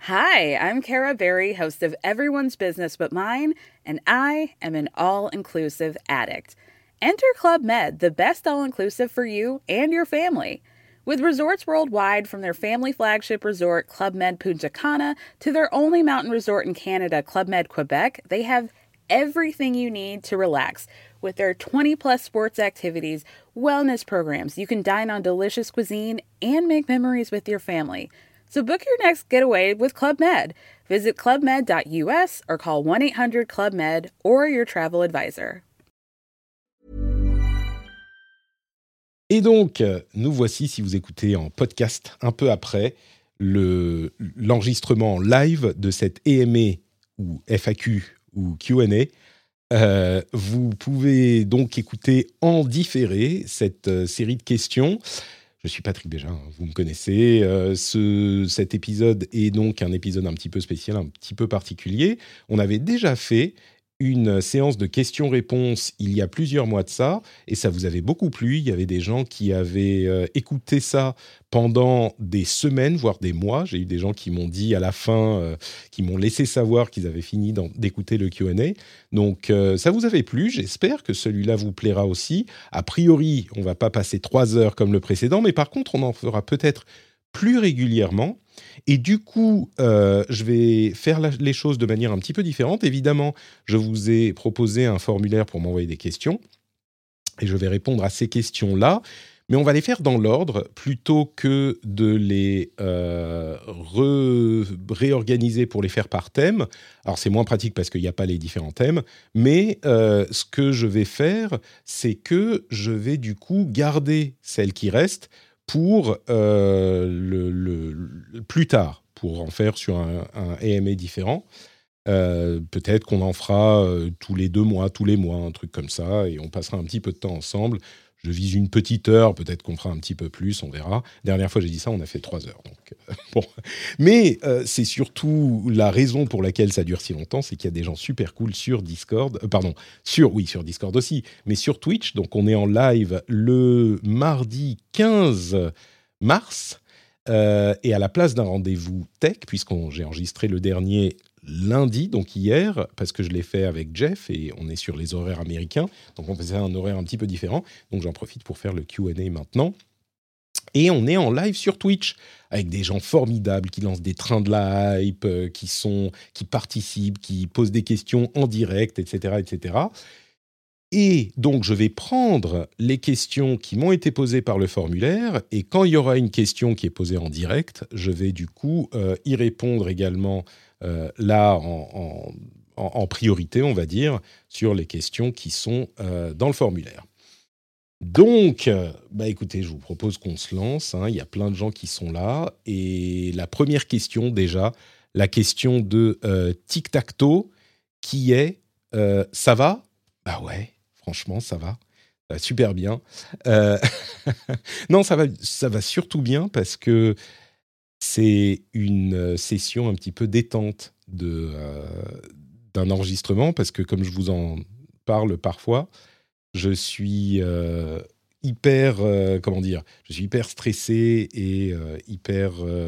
Hi, I'm Kara Berry, host of Everyone's Business But Mine, and I am an all-inclusive addict. Enter Club Med, the best all-inclusive for you and your family. With resorts worldwide, from their family flagship resort, Club Med Punta Cana, to their only mountain resort in Canada, Club Med Quebec, they have everything you need to relax. With their 20-plus sports activities, wellness programs, you can dine on delicious cuisine and make memories with your family. So book your next getaway with Club Med. Visit clubmed.us or call 1-800-CLUB-MED or your travel advisor. Et donc, nous voici, si vous écoutez en podcast un peu après, l'enregistrement live de cette EMA ou FAQ ou Q&A. Vous pouvez donc écouter en différé cette série de questions. Je suis Patrick Béja, vous me connaissez. Cet épisode est donc un épisode un petit peu spécial, un petit peu particulier. On avait déjà fait une séance de questions-réponses il y a plusieurs mois de ça, et ça vous avait beaucoup plu. Il y avait des gens qui avaient écouté ça pendant des semaines, voire des mois. J'ai eu des gens qui m'ont dit à la fin, qui m'ont laissé savoir qu'ils avaient fini d'écouter le Q&A. Donc, ça vous avait plu. J'espère que celui-là vous plaira aussi. A priori, on ne va pas passer 3 heures comme le précédent, mais par contre, on en fera peut-être plus régulièrement. Et du coup, je vais faire les choses de manière un petit peu différente. Évidemment, je vous ai proposé un formulaire pour m'envoyer des questions. Et je vais répondre à ces questions-là. Mais on va les faire dans l'ordre plutôt que de les réorganiser pour les faire par thème. Alors, c'est moins pratique parce qu'il n'y a pas les différents thèmes. Mais ce que je vais faire, c'est que je vais du coup garder celles qui restent pour plus tard, pour en faire sur un AMA différent. Peut-être qu'on en fera tous les 2 mois, tous les mois, un truc comme ça, et on passera un petit peu de temps ensemble. Je vise une petite heure, peut-être qu'on fera un petit peu plus, on verra. Dernière fois j'ai dit ça, on a fait 3 heures. Donc, bon. Mais c'est surtout la raison pour laquelle ça dure si longtemps, c'est qu'il y a des gens super cool sur Discord, sur Discord aussi, mais sur Twitch. Donc on est en live le mardi 15 mars, et à la place d'un rendez-vous tech, j'ai enregistré le dernier lundi, donc hier, parce que je l'ai fait avec Jeff et on est sur les horaires américains, donc on faisait un horaire un petit peu différent, donc j'en profite pour faire le Q&A maintenant. Et on est en live sur Twitch avec des gens formidables qui lancent des trains de la hype, qui participent, qui posent des questions en direct, etc., etc. Et donc, je vais prendre les questions qui m'ont été posées par le formulaire, et quand il y aura une question qui est posée en direct, je vais du coup y répondre également là en priorité, on va dire, sur les questions qui sont dans le formulaire. Donc, écoutez, je vous propose qu'on se lance. Il y a plein de gens qui sont là. Et la première question, déjà, la question de Tic-Tac-Toe, qui est ça va ? Bah ouais, franchement, ça va. Ça va super bien. Non, ça va surtout bien parce que c'est une session un petit peu détente d'un enregistrement, parce que comme je vous en parle parfois, je suis je suis hyper stressé et hyper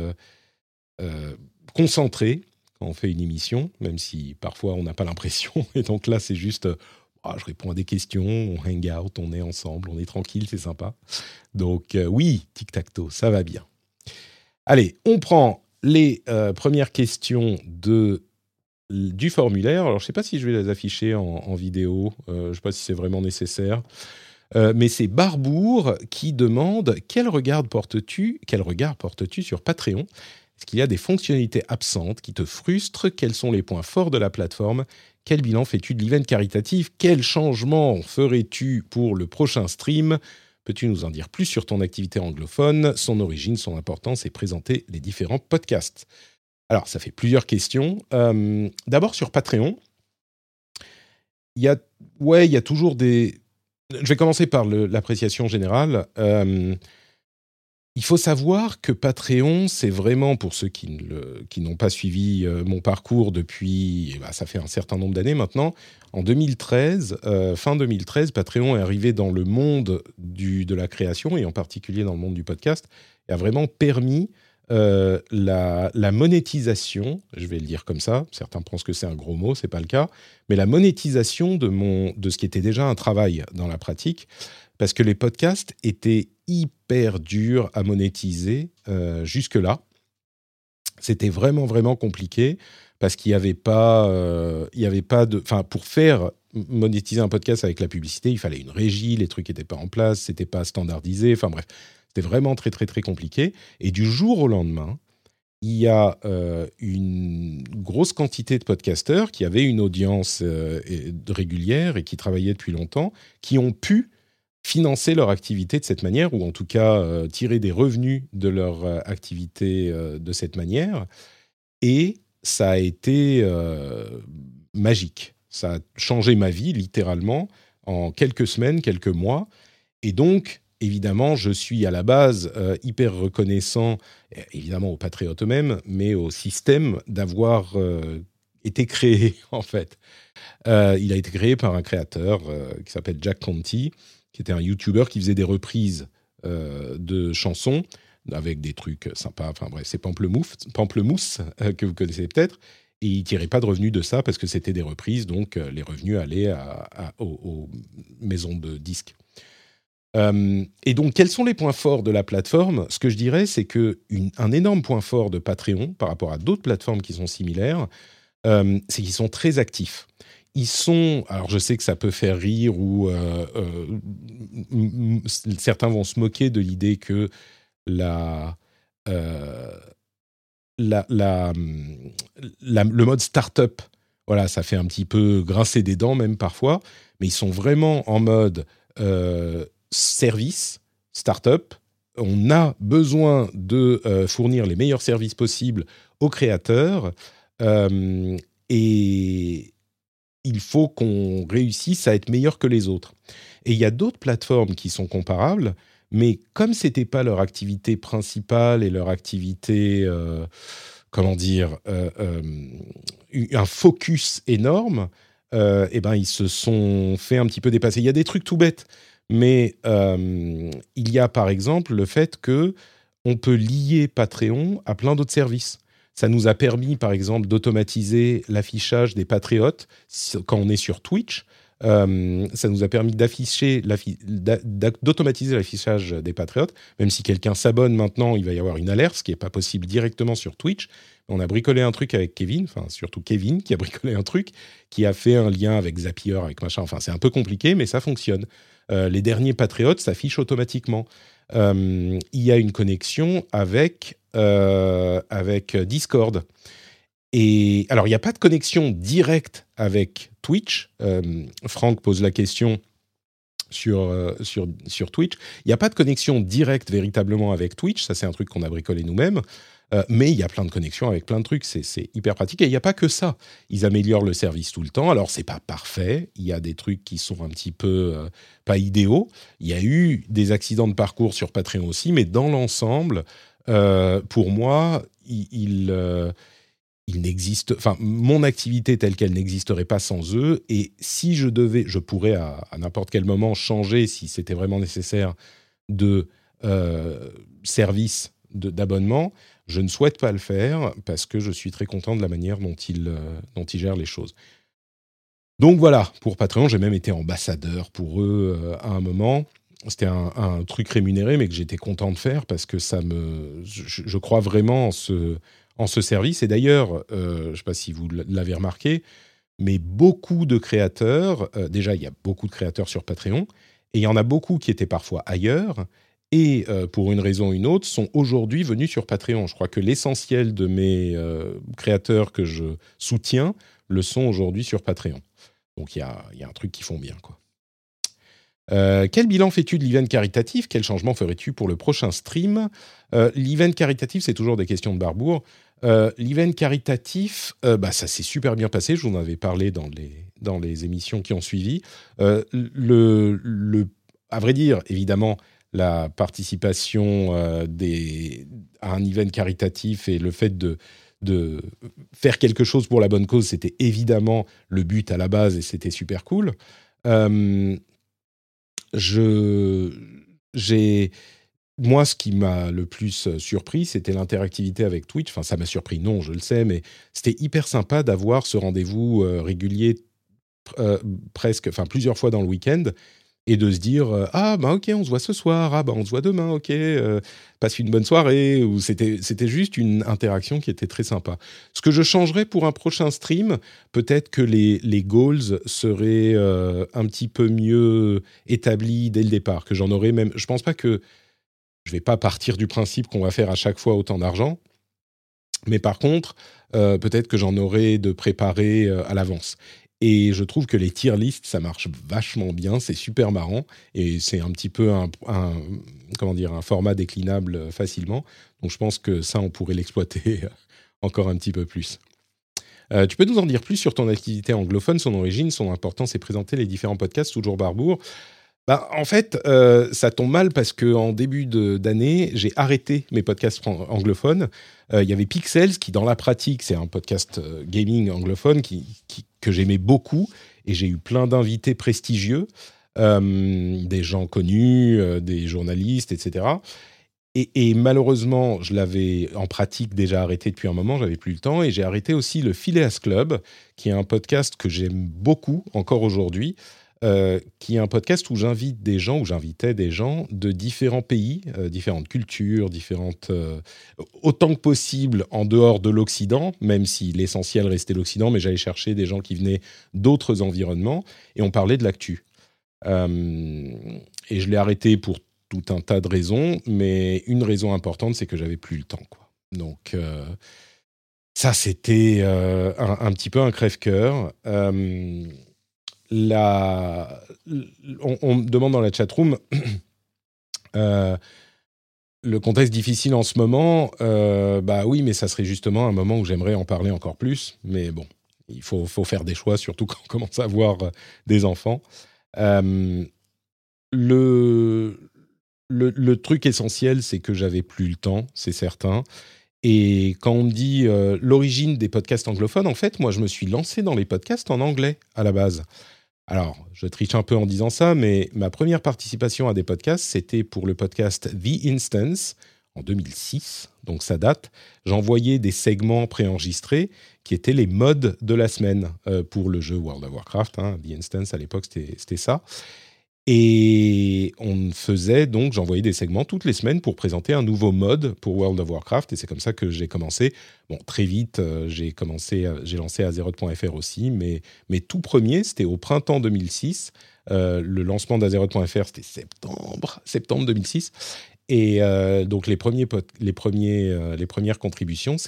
concentré quand on fait une émission, même si parfois on n'a pas l'impression. Et donc là, c'est juste, je réponds à des questions, on hang out, on est ensemble, on est tranquille, c'est sympa. Donc oui, tic-tac-toe, ça va bien. Allez, on prend les premières questions du formulaire. Alors, je ne sais pas si je vais les afficher en vidéo. Je ne sais pas si c'est vraiment nécessaire. Mais c'est Barbour qui demande quel regard portes-tu sur Patreon ? Est-ce qu'il y a des fonctionnalités absentes qui te frustrent ? Quels sont les points forts de la plateforme ? Quel bilan fais-tu de l'event caritatif ? Quels changements ferais-tu pour le prochain stream ? Peux-tu nous en dire plus sur ton activité anglophone, son origine, son importance et présenter les différents podcasts ? Alors, ça fait plusieurs questions. D'abord, sur Patreon, il y a toujours des... Je vais commencer par l'appréciation générale. Il faut savoir que Patreon, c'est vraiment, pour ceux qui n'ont pas suivi mon parcours depuis, ça fait un certain nombre d'années maintenant, en 2013, fin 2013, Patreon est arrivé dans le monde de la création, et en particulier dans le monde du podcast, et a vraiment permis la monétisation, je vais le dire comme ça, certains pensent que c'est un gros mot, c'est pas le cas, mais la monétisation de ce qui était déjà un travail dans la pratique, parce que les podcasts étaient hyper durs à monétiser jusque-là. C'était vraiment, vraiment compliqué parce qu'il n'y avait pas, enfin, pour faire monétiser un podcast avec la publicité, il fallait une régie, les trucs n'étaient pas en place, c'était pas standardisé, enfin bref, c'était vraiment très, très, très compliqué. Et du jour au lendemain, il y a une grosse quantité de podcasteurs qui avaient une audience régulière et qui travaillaient depuis longtemps, qui ont pu financer leur activité de cette manière, ou en tout cas tirer des revenus de leur activité de cette manière. Et ça a été magique. Ça a changé ma vie, littéralement, en quelques semaines, quelques mois. Et donc, évidemment, je suis à la base hyper reconnaissant, évidemment aux patriotes eux-mêmes, mais au système d'avoir été créé, en fait. Il a été créé par un créateur qui s'appelle Jack Conti, qui était un YouTuber qui faisait des reprises de chansons avec des trucs sympas. Enfin bref, c'est Pamplemousse que vous connaissez peut-être. Et il ne tirait pas de revenus de ça parce que c'était des reprises, donc les revenus allaient aux maisons de disques. Et donc, quels sont les points forts de la plateforme ? Ce que je dirais, c'est qu'un énorme point fort de Patreon par rapport à d'autres plateformes qui sont similaires, c'est qu'ils sont très actifs. Ils sont, alors je sais que ça peut faire rire ou certains vont se moquer de l'idée que le mode start-up, voilà, ça fait un petit peu grincer des dents même parfois, mais ils sont vraiment en mode service, start-up. On a besoin de fournir les meilleurs services possibles aux créateurs et il faut qu'on réussisse à être meilleur que les autres. Et il y a d'autres plateformes qui sont comparables, mais comme ce n'était pas leur activité principale et leur activité, un focus énorme, eh ben, ils se sont fait un petit peu dépasser. Il y a des trucs tout bêtes, mais il y a par exemple le fait qu'on peut lier Patreon à plein d'autres services. Ça nous a permis, par exemple, d'automatiser l'affichage des patriotes quand on est sur Twitch. Ça nous a permis d'automatiser l'affichage des patriotes. Même si quelqu'un s'abonne maintenant, il va y avoir une alerte, ce qui n'est pas possible directement sur Twitch. On a bricolé un truc avec Kevin, enfin surtout Kevin qui a bricolé un truc, qui a fait un lien avec Zapier, avec machin. Enfin, c'est un peu compliqué, mais ça fonctionne. Les derniers patriotes s'affichent automatiquement. Il y a une connexion avec Discord. Et alors, il n'y a pas de connexion directe avec Twitch. Franck pose la question sur Twitch. Il n'y a pas de connexion directe véritablement avec Twitch. Ça, c'est un truc qu'on a bricolé nous-mêmes. Mais il y a plein de connexions avec plein de trucs. C'est hyper pratique. Et il n'y a pas que ça. Ils améliorent le service tout le temps. Alors, ce n'est pas parfait. Il y a des trucs qui sont un petit peu pas idéaux. Il y a eu des accidents de parcours sur Patreon aussi. Mais dans l'ensemble, pour moi, il n'existe, enfin, mon activité telle qu'elle n'existerait pas sans eux. Et si je pourrais à n'importe quel moment changer, si c'était vraiment nécessaire, de service d'abonnement. Je ne souhaite pas le faire parce que je suis très content de la manière dont ils gèrent les choses. Donc voilà, pour Patreon, j'ai même été ambassadeur pour eux à un moment. C'était un truc rémunéré, mais que j'étais content de faire parce que je crois vraiment en ce service. Et d'ailleurs, je ne sais pas si vous l'avez remarqué, mais beaucoup de créateurs, déjà il y a beaucoup de créateurs sur Patreon, et il y en a beaucoup qui étaient parfois ailleurs, et pour une raison ou une autre, sont aujourd'hui venus sur Patreon. Je crois que l'essentiel de mes créateurs que je soutiens le sont aujourd'hui sur Patreon. Donc il y a un truc qu'ils font bien, quoi. Quel bilan fais-tu de l'event caritatif ? Quel changement ferais-tu pour le prochain stream ? L'event caritatif, c'est toujours des questions de Barbour. L'event caritatif, ça s'est super bien passé. Je vous en avais parlé dans les émissions qui ont suivi. À vrai dire, évidemment, la participation à un event caritatif et le fait de faire quelque chose pour la bonne cause, c'était évidemment le but à la base et c'était super cool. moi, ce qui m'a le plus surpris, c'était l'interactivité avec Twitch. Enfin, ça m'a surpris, non, je le sais, mais c'était hyper sympa d'avoir ce rendez-vous régulier, euh, presque, enfin plusieurs fois dans le week-end, et de se dire ah bah ok, on se voit ce soir, ah bah on se voit demain, ok, passe une bonne soirée. Ou c'était juste une interaction qui était très sympa. Ce que je changerais pour un prochain stream, peut-être que les goals seraient un petit peu mieux établis dès le départ, que j'en aurais même. Je pense pas que je vais pas partir du principe qu'on va faire à chaque fois autant d'argent, mais par contre, peut-être que j'en aurai de préparés à l'avance. Et je trouve que les tier lists, ça marche vachement bien, c'est super marrant, et c'est un petit peu comment dire, un format déclinable facilement. Donc je pense que ça, on pourrait l'exploiter encore un petit peu plus. Tu peux nous en dire plus sur ton activité anglophone, son origine, son importance et présenter les différents podcasts toujours Barbour? Bah, en fait, ça tombe mal parce qu'en début d'année, j'ai arrêté mes podcasts anglophones. Il y avait Pixels qui, dans la pratique, c'est un podcast gaming anglophone que j'aimais beaucoup. Et j'ai eu plein d'invités prestigieux, des gens connus, des journalistes, etc. Et malheureusement, je l'avais en pratique déjà arrêté depuis un moment, j'avais plus le temps. Et j'ai arrêté aussi le Phileas Club, qui est un podcast que j'aime beaucoup encore aujourd'hui, qui est un podcast où j'invite des gens, où j'invitais des gens de différents pays, différentes cultures, autant que possible en dehors de l'Occident, même si l'essentiel restait l'Occident, mais j'allais chercher des gens qui venaient d'autres environnements, et on parlait de l'actu. Et je l'ai arrêté pour tout un tas de raisons, mais une raison importante, c'est que j'avais plus le temps, quoi. Donc ça, c'était un petit peu un crève-cœur. La... on me demande dans la chatroom euh, le contexte difficile en ce moment. Bah oui, mais ça serait justement un moment où j'aimerais en parler encore plus. Mais bon, il faut faire des choix, surtout quand on commence à avoir des enfants. Euh, le, le truc essentiel, c'est que j'avais plus le temps, c'est certain. Et quand on me dit l'origine des podcasts anglophones, en fait, moi, je me suis lancé dans les podcasts en anglais à la base. Alors, je triche un peu en disant ça, mais ma première participation à des podcasts, c'était pour le podcast The Instance en 2006, donc ça date. J'envoyais des segments préenregistrés qui étaient les mods de la semaine pour le jeu World of Warcraft. Hein. The Instance, à l'époque, c'était ça. Et on faisait donc, j'envoyais des segments toutes les semaines pour présenter un nouveau mode pour World of Warcraft, et c'est comme ça que j'ai commencé. Bon, très vite, j'ai lancé Azeroth.fr aussi, mais mes tout premiers, c'était au printemps 2006. Le lancement d'Azeroth.fr, c'était septembre 2006. Et donc les premières contributions,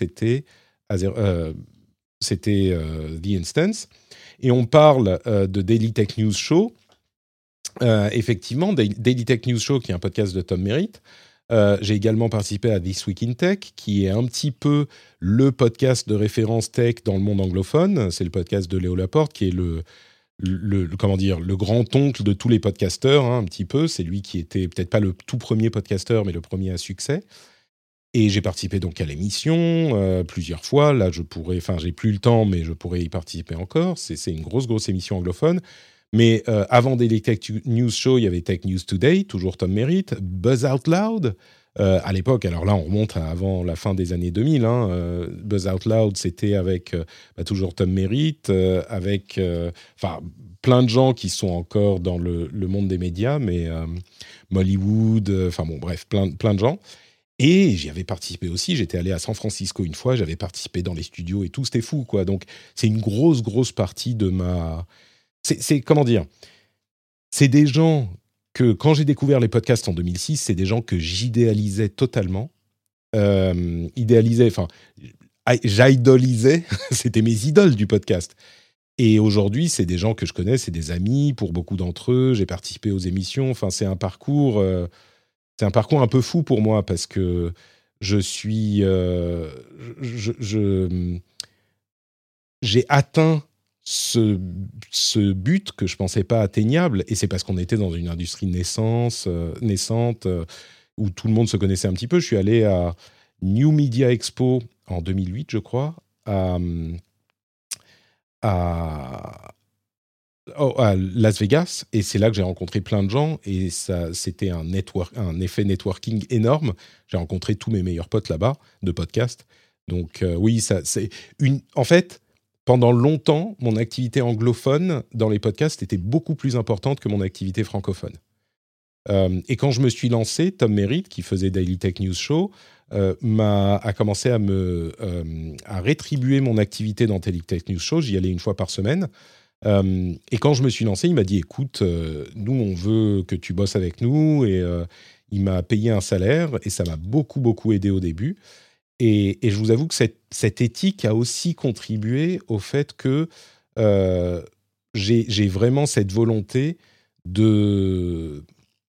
c'était The Instance. Et on parle de Daily Tech News Show. Effectivement, Daily Tech News Show, qui est un podcast de Tom Merritt. J'ai également participé à This Week in Tech, qui est un petit peu le podcast de référence tech dans le monde anglophone. C'est le podcast de Léo Laporte, qui est comment dire, le grand-oncle de tous les podcasteurs, hein, un petit peu. C'est lui qui était peut-être pas le tout premier podcasteur, mais le premier à succès. Et j'ai participé donc à l'émission plusieurs fois. Là, j'ai plus le temps, mais je pourrais y participer encore. C'est une grosse émission anglophone. Mais avant Daily Tech News Show, il y avait Tech News Today, toujours Tom Merritt, Buzz Out Loud. À l'époque, alors là, on remonte à avant la fin des années 2000. Hein, Buzz Out Loud, c'était avec toujours Tom Merritt, avec plein de gens qui sont encore dans le monde des médias, mais Mollywood, bon, bref, plein de gens. Et j'y avais participé aussi, j'étais allé à San Francisco une fois, j'avais participé dans les studios et tout, c'était fou, quoi. Donc, c'est une grosse partie de ma... C'est comment dire? C'est des gens que, quand j'ai découvert les podcasts en 2006, c'est des gens que j'idéalisais totalement. J'idolisais, c'était mes idoles du podcast. Et aujourd'hui, c'est des gens que je connais, c'est des amis pour beaucoup d'entre eux. J'ai participé aux émissions. Enfin, c'est un parcours un peu fou pour moi parce que je suis, j'ai atteint ce but que je pensais pas atteignable, et c'est parce qu'on était dans une industrie naissante, où tout le monde se connaissait un petit peu. Je suis allé à New Media Expo en 2008, je crois, à à Las Vegas, et c'est là que j'ai rencontré plein de gens, et ça, c'était un effet networking énorme. J'ai rencontré tous mes meilleurs potes là-bas de podcast. Donc oui, ça, en fait, pendant longtemps, mon activité anglophone dans les podcasts était beaucoup plus importante que mon activité francophone. Et quand je me suis lancé, Tom Merritt, qui faisait Daily Tech News Show, a commencé à rétribuer mon activité dans Daily Tech News Show. J'y allais une fois par semaine. Et quand je me suis lancé, il m'a dit, écoute, nous, on veut que tu bosses avec nous. Et il m'a payé un salaire et ça m'a beaucoup, beaucoup aidé au début. Et je vous avoue que cette éthique a aussi contribué au fait que j'ai vraiment cette volonté de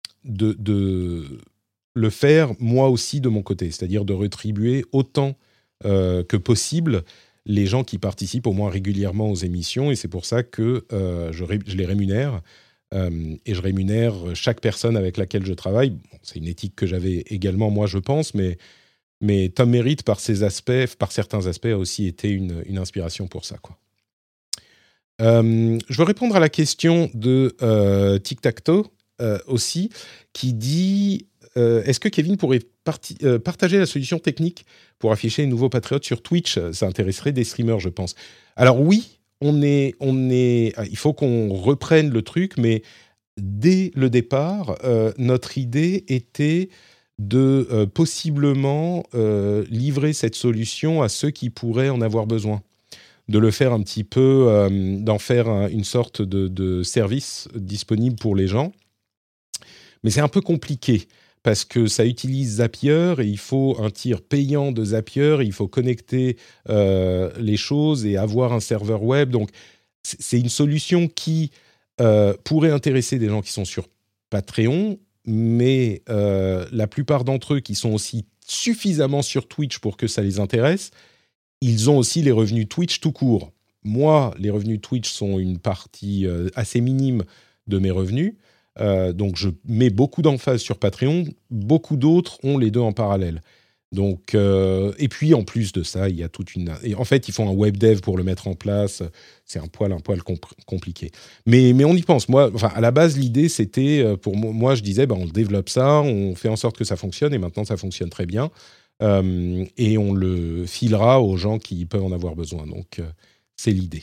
le faire moi aussi de mon côté, c'est-à-dire de rétribuer autant que possible les gens qui participent au moins régulièrement aux émissions, et c'est pour ça que je les rémunère, et je rémunère chaque personne avec laquelle je travaille. Bon, c'est une éthique que j'avais également moi, je pense, mais Tom Merritt, par certains aspects, a aussi été une inspiration pour ça, quoi. Je veux répondre à la question de Tic Tac Toe aussi, qui dit est-ce que Kevin pourrait partager la solution technique pour afficher les nouveaux patriotes sur Twitch? Ça intéresserait des streamers, je pense. Alors oui, il faut qu'on reprenne le truc, mais dès le départ, notre idée était de possiblement livrer cette solution à ceux qui pourraient en avoir besoin. De le faire un petit peu, d'en faire une sorte de service disponible pour les gens. Mais c'est un peu compliqué parce que ça utilise Zapier et il faut un tir payant de Zapier, il faut connecter les choses et avoir un serveur web. Donc, c'est une solution qui pourrait intéresser des gens qui sont sur Patreon, mais la plupart d'entre eux qui sont aussi suffisamment sur Twitch pour que ça les intéresse, ils ont aussi les revenus Twitch tout court. Moi, les revenus Twitch sont une partie assez minime de mes revenus. Donc, je mets beaucoup d'emphase sur Patreon. Beaucoup d'autres ont les deux en parallèle. Donc, et puis, en plus de ça, il y a et en fait, ils font un web dev pour le mettre en place. C'est un poil compliqué. Mais on y pense. Moi, enfin, à la base, l'idée, c'était, pour moi, je disais, on développe ça, on fait en sorte que ça fonctionne, et maintenant, ça fonctionne très bien. Et on le filera aux gens qui peuvent en avoir besoin. Donc, c'est l'idée.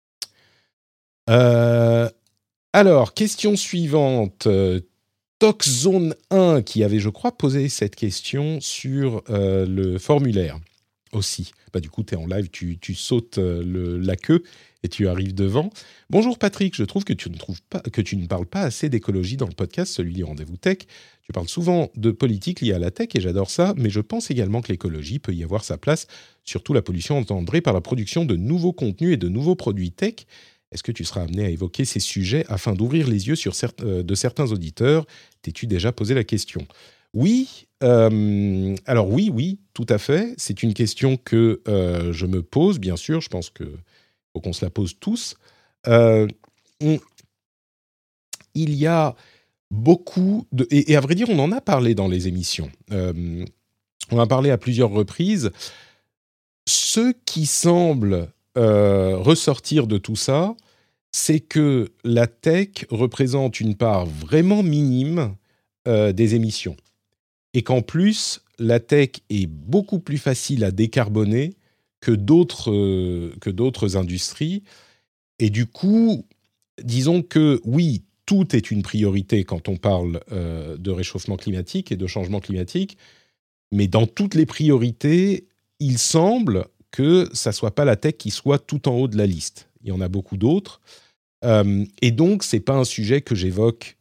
Alors, question suivante. Toxzone 1 qui avait, je crois, posé cette question sur le formulaire aussi. Du coup, tu es en live, tu sautes la queue et tu arrives devant. Bonjour Patrick, je trouve que tu ne parles pas assez d'écologie dans le podcast, celui du Rendez-vous Tech. Tu parles souvent de politique liée à la tech et j'adore ça, mais je pense également que l'écologie peut y avoir sa place, surtout la pollution engendrée par la production de nouveaux contenus et de nouveaux produits tech. Est-ce que tu seras amené à évoquer ces sujets afin d'ouvrir les yeux de certains auditeurs? T'es-tu déjà posé la question? Oui, alors oui, tout à fait. C'est une question que je me pose, bien sûr. Je pense qu'il faut qu'on se la pose tous. Il y a beaucoup de... Et à vrai dire, on en a parlé dans les émissions. On en a parlé à plusieurs reprises. Ce qui semble ressortir de tout ça, c'est que la tech représente une part vraiment minime des émissions. Et qu'en plus, la tech est beaucoup plus facile à décarboner que d'autres industries. Et du coup, disons que oui, tout est une priorité quand on parle de réchauffement climatique et de changement climatique, mais dans toutes les priorités, il semble que ça ne soit pas la tech qui soit tout en haut de la liste. Il y en a beaucoup d'autres. Et donc, ce n'est pas un sujet que j'évoque,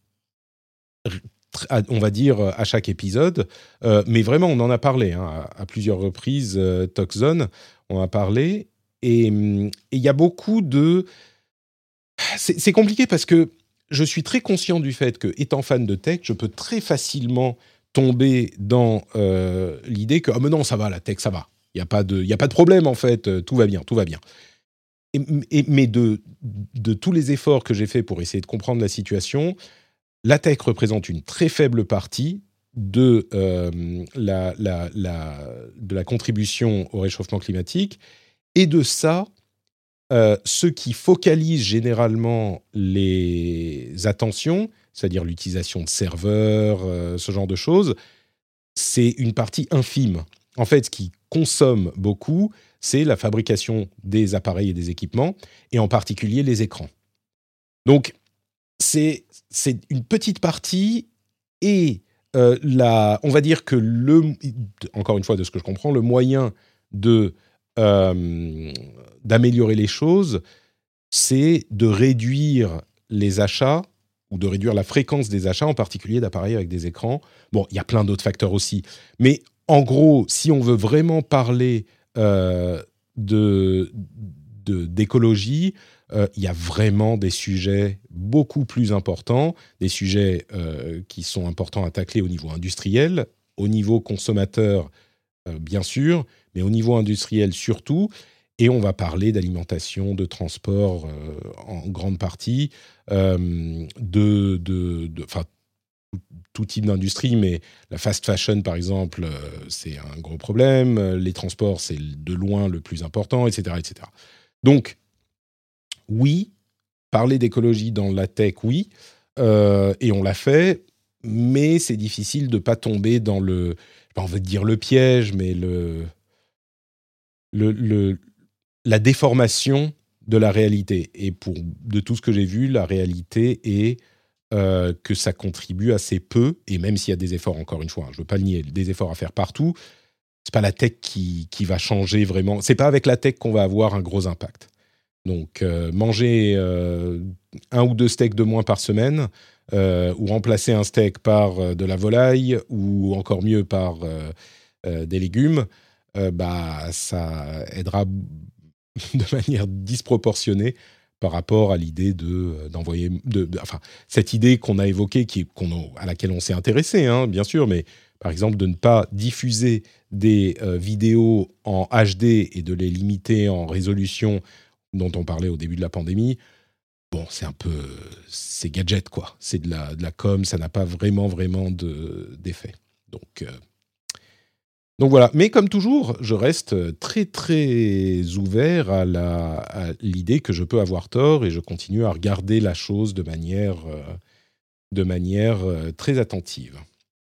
on va dire, à chaque épisode. Mais vraiment, on en a parlé à plusieurs reprises. Toxzone, on en a parlé. Et il y a beaucoup de... C'est compliqué parce que je suis très conscient du fait que, étant fan de tech, je peux très facilement tomber dans l'idée que « Ah mais non, ça va, la tech, ça va. Il n'y a pas de problème, en fait. Tout va bien, tout va bien. » Mais de tous les efforts que j'ai faits pour essayer de comprendre la situation, la tech représente une très faible partie de la contribution au réchauffement climatique. Et de ça, ce qui focalise généralement les attentions, c'est-à-dire l'utilisation de serveurs, ce genre de choses, c'est une partie infime. En fait, ce qui consomme beaucoup, c'est la fabrication des appareils et des équipements, et en particulier les écrans. Donc, c'est une petite partie, et on va dire que encore une fois, de ce que je comprends, le moyen d'améliorer les choses, c'est de réduire les achats ou de réduire la fréquence des achats, en particulier d'appareils avec des écrans. Bon, il y a plein d'autres facteurs aussi. Mais en gros, si on veut vraiment parler d'écologie, il y a vraiment des sujets beaucoup plus importants, des sujets qui sont importants à tacler au niveau industriel, au niveau consommateur, bien sûr, mais au niveau industriel surtout. Et on va parler d'alimentation, de transport en grande partie, tout type d'industrie, mais la fast fashion, par exemple, c'est un gros problème. Les transports, c'est de loin le plus important, etc., etc. Donc, oui, parler d'écologie dans la tech, oui, et on l'a fait, mais c'est difficile de ne pas tomber dans on veut dire le piège, mais la déformation de la réalité. Et de tout ce que j'ai vu, la réalité est que ça contribue assez peu, et même s'il y a des efforts, encore une fois, je ne veux pas le nier, des efforts à faire partout, c'est pas la tech qui va changer vraiment. C'est pas avec la tech qu'on va avoir un gros impact. Donc, manger 1 ou 2 steaks de moins par semaine, ou remplacer un steak par de la volaille, ou encore mieux par des légumes, ça aidera de manière disproportionnée par rapport à l'idée d'envoyer... cette idée qu'on a évoquée, à laquelle on s'est intéressé, hein, bien sûr, mais par exemple de ne pas diffuser des vidéos en HD et de les limiter en résolution dont on parlait au début de la pandémie. Bon, c'est gadget, quoi. C'est de la com, ça n'a pas vraiment d'effet. Donc voilà, mais comme toujours, je reste très très ouvert à l'idée que je peux avoir tort, et je continue à regarder la chose de manière très attentive.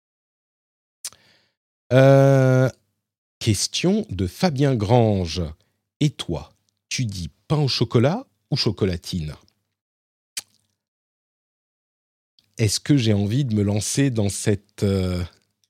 Question de Fabien Grange. Et toi, tu dis pain au chocolat ou chocolatine ? Est-ce que j'ai envie de me lancer dans ce débat ?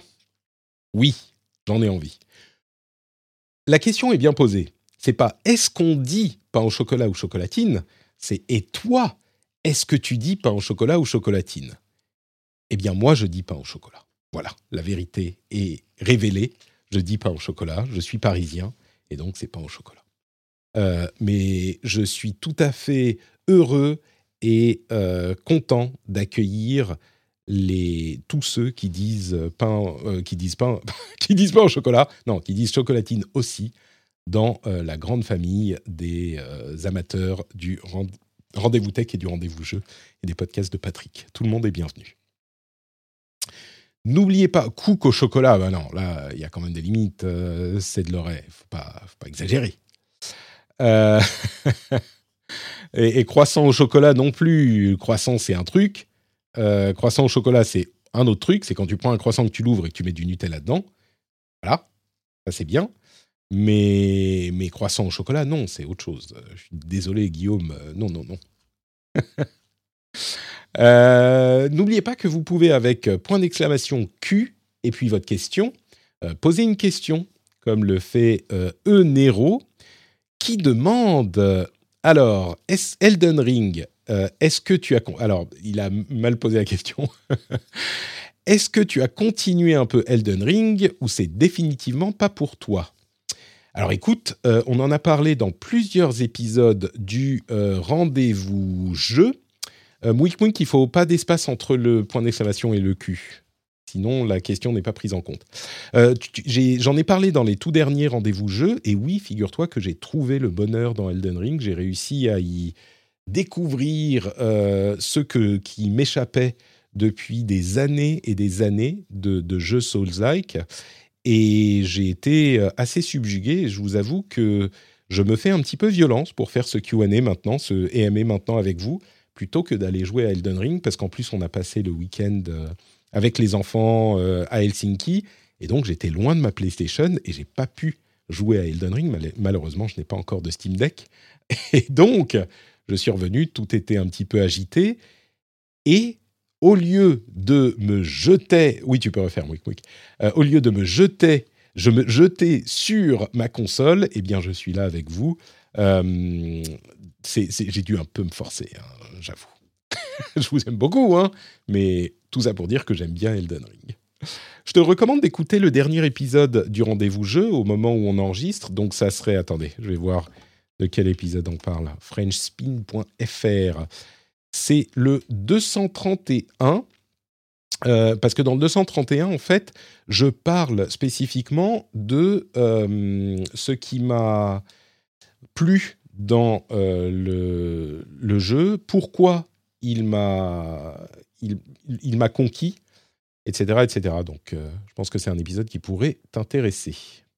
Oui, j'en ai envie. La question est bien posée. C'est pas est-ce qu'on dit pain au chocolat ou chocolatine, c'est et toi, est-ce que tu dis pain au chocolat ou chocolatine ? Eh bien moi, je dis pain au chocolat. Voilà, la vérité est révélée. Je dis pain au chocolat, je suis parisien, et donc c'est pain au chocolat. Mais je suis tout à fait heureux et content d'accueillir tous ceux qui disent pain au chocolat, non, qui disent chocolatine aussi, dans la grande famille des amateurs du rendez-vous tech et du rendez-vous jeu et des podcasts de Patrick. Tout le monde est bienvenu. N'oubliez pas, cook au chocolat, non, là, il y a quand même des limites, c'est de l'oreille, faut pas exagérer. Et croissant au chocolat non plus. Croissant, c'est un truc. Croissant au chocolat, c'est un autre truc. C'est quand tu prends un croissant, que tu l'ouvres et que tu mets du Nutella dedans. Voilà, ça c'est bien. Mais croissant au chocolat, non, c'est autre chose. Je suis désolé, Guillaume. Non. N'oubliez pas que vous pouvez, avec point d'exclamation Q et puis votre question, poser une question, comme le fait Nero, qui demande... Alors, Elden Ring, est-ce que tu as... Alors, il a mal posé la question. Est-ce que tu as continué un peu Elden Ring ou c'est définitivement pas pour toi ? Alors écoute, on en a parlé dans plusieurs épisodes du rendez-vous jeu. Mouik, il ne faut pas d'espace entre le point d'exclamation et le Q. Sinon, la question n'est pas prise en compte. J'en ai parlé dans les tout derniers rendez-vous jeux, et oui, figure-toi que j'ai trouvé le bonheur dans Elden Ring. J'ai réussi à y découvrir qui m'échappait depuis des années et des années de jeux Souls-like, et j'ai été assez subjugué. Je vous avoue que je me fais un petit peu violence pour faire ce Q&A maintenant, ce AMA maintenant avec vous, plutôt que d'aller jouer à Elden Ring, parce qu'en plus, on a passé le week-end avec les enfants à Helsinki, et donc j'étais loin de ma PlayStation, et j'ai pas pu jouer à Elden Ring. Malheureusement, je n'ai pas encore de Steam Deck. Et donc, je suis revenu, tout était un petit peu agité, et au lieu de me jeter... Oui, tu peux refaire, Mouik Mouik. Au lieu de me jeter sur ma console, eh bien, je suis là avec vous. J'ai dû un peu me forcer, hein, j'avoue. Je vous aime beaucoup, hein, mais tout ça pour dire que j'aime bien Elden Ring. Je te recommande d'écouter le dernier épisode du Rendez-vous Jeu au moment où on enregistre. Donc, ça serait... Attendez, je vais voir de quel épisode on parle. Frenchspin.fr. C'est le 231, parce que dans le 231, en fait, je parle spécifiquement de ce qui m'a plu dans le jeu, pourquoi il m'a conquis, etc., etc. Donc, je pense que c'est un épisode qui pourrait t'intéresser.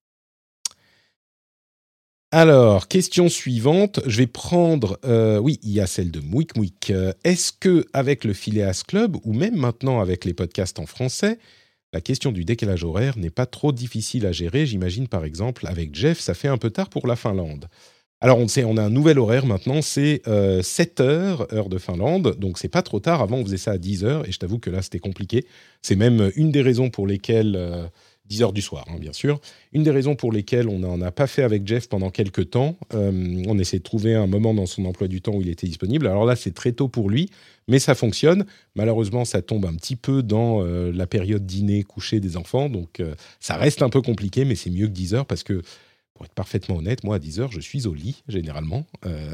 Alors, question suivante, je vais prendre... oui, il y a celle de Mouik Mouik. Est-ce que avec le Phileas Club, ou même maintenant avec les podcasts en français, la question du décalage horaire n'est pas trop difficile à gérer? J'imagine par exemple, avec Jeff, ça fait un peu tard pour la Finlande. Alors, on a un nouvel horaire maintenant, c'est 7 heures, heure de Finlande, donc c'est pas trop tard. Avant, on faisait ça à 10 heures, et je t'avoue que là, c'était compliqué. C'est même une des raisons pour lesquelles... 10 heures du soir, hein, bien sûr. Une des raisons pour lesquelles on n'en a pas fait avec Jeff pendant quelques temps. On essaie de trouver un moment dans son emploi du temps où il était disponible. Alors là, c'est très tôt pour lui, mais ça fonctionne. Malheureusement, ça tombe un petit peu dans la période dîner-coucher des enfants. Donc, ça reste un peu compliqué, mais c'est mieux que 10 heures parce que, pour être parfaitement honnête, moi, à 10 heures, je suis au lit, généralement.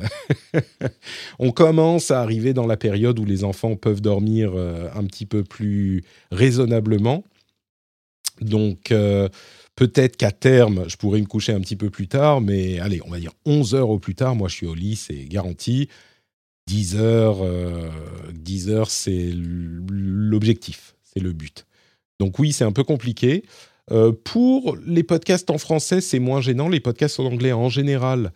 On commence à arriver dans la période où les enfants peuvent dormir un petit peu plus raisonnablement. Donc, peut-être qu'à terme, je pourrais me coucher un petit peu plus tard, mais allez, on va dire 11 heures au plus tard, moi je suis au lit, c'est garanti. 10 heures, c'est l'objectif, c'est le but. Donc oui, c'est un peu compliqué. Pour les podcasts en français, c'est moins gênant. Les podcasts en anglais, en général,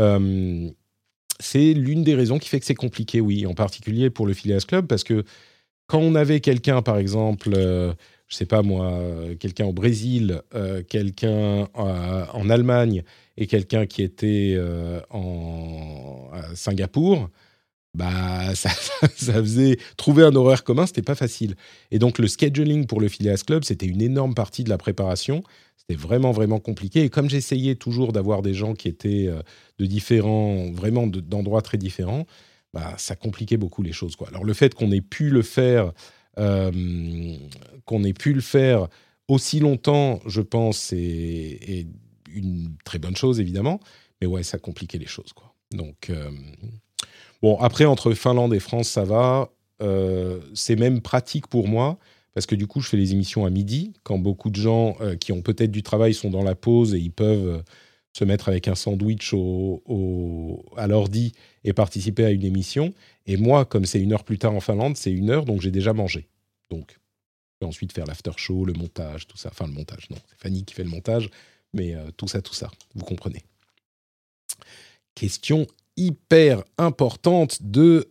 c'est l'une des raisons qui fait que c'est compliqué, oui, en particulier pour le Phileas Club, parce que quand on avait quelqu'un, par exemple... je sais pas moi, quelqu'un au Brésil, quelqu'un en Allemagne et quelqu'un qui était à Singapour, bah ça faisait trouver un horaire commun, c'était pas facile. Et donc le scheduling pour le Phileas Club, c'était une énorme partie de la préparation. C'était vraiment vraiment compliqué. Et comme j'essayais toujours d'avoir des gens qui étaient de différents, vraiment d'endroits très différents, bah ça compliquait beaucoup les choses, quoi. Alors le fait qu'on ait pu le faire aussi longtemps, je pense, est une très bonne chose, évidemment. Mais ouais, ça compliquait les choses, quoi. Donc, bon, après, entre Finlande et France, ça va. C'est même pratique pour moi, parce que du coup, je fais les émissions à midi, quand beaucoup de gens qui ont peut-être du travail sont dans la pause et ils peuvent se mettre avec un sandwich à l'ordi et participer à une émission. Et moi, comme c'est 1 heure plus tard en Finlande, c'est 1 heure, donc j'ai déjà mangé. Donc, je peux ensuite faire l'after show, le montage, tout ça. Enfin, le montage, non, c'est Fanny qui fait le montage, mais tout ça, vous comprenez. Question hyper importante de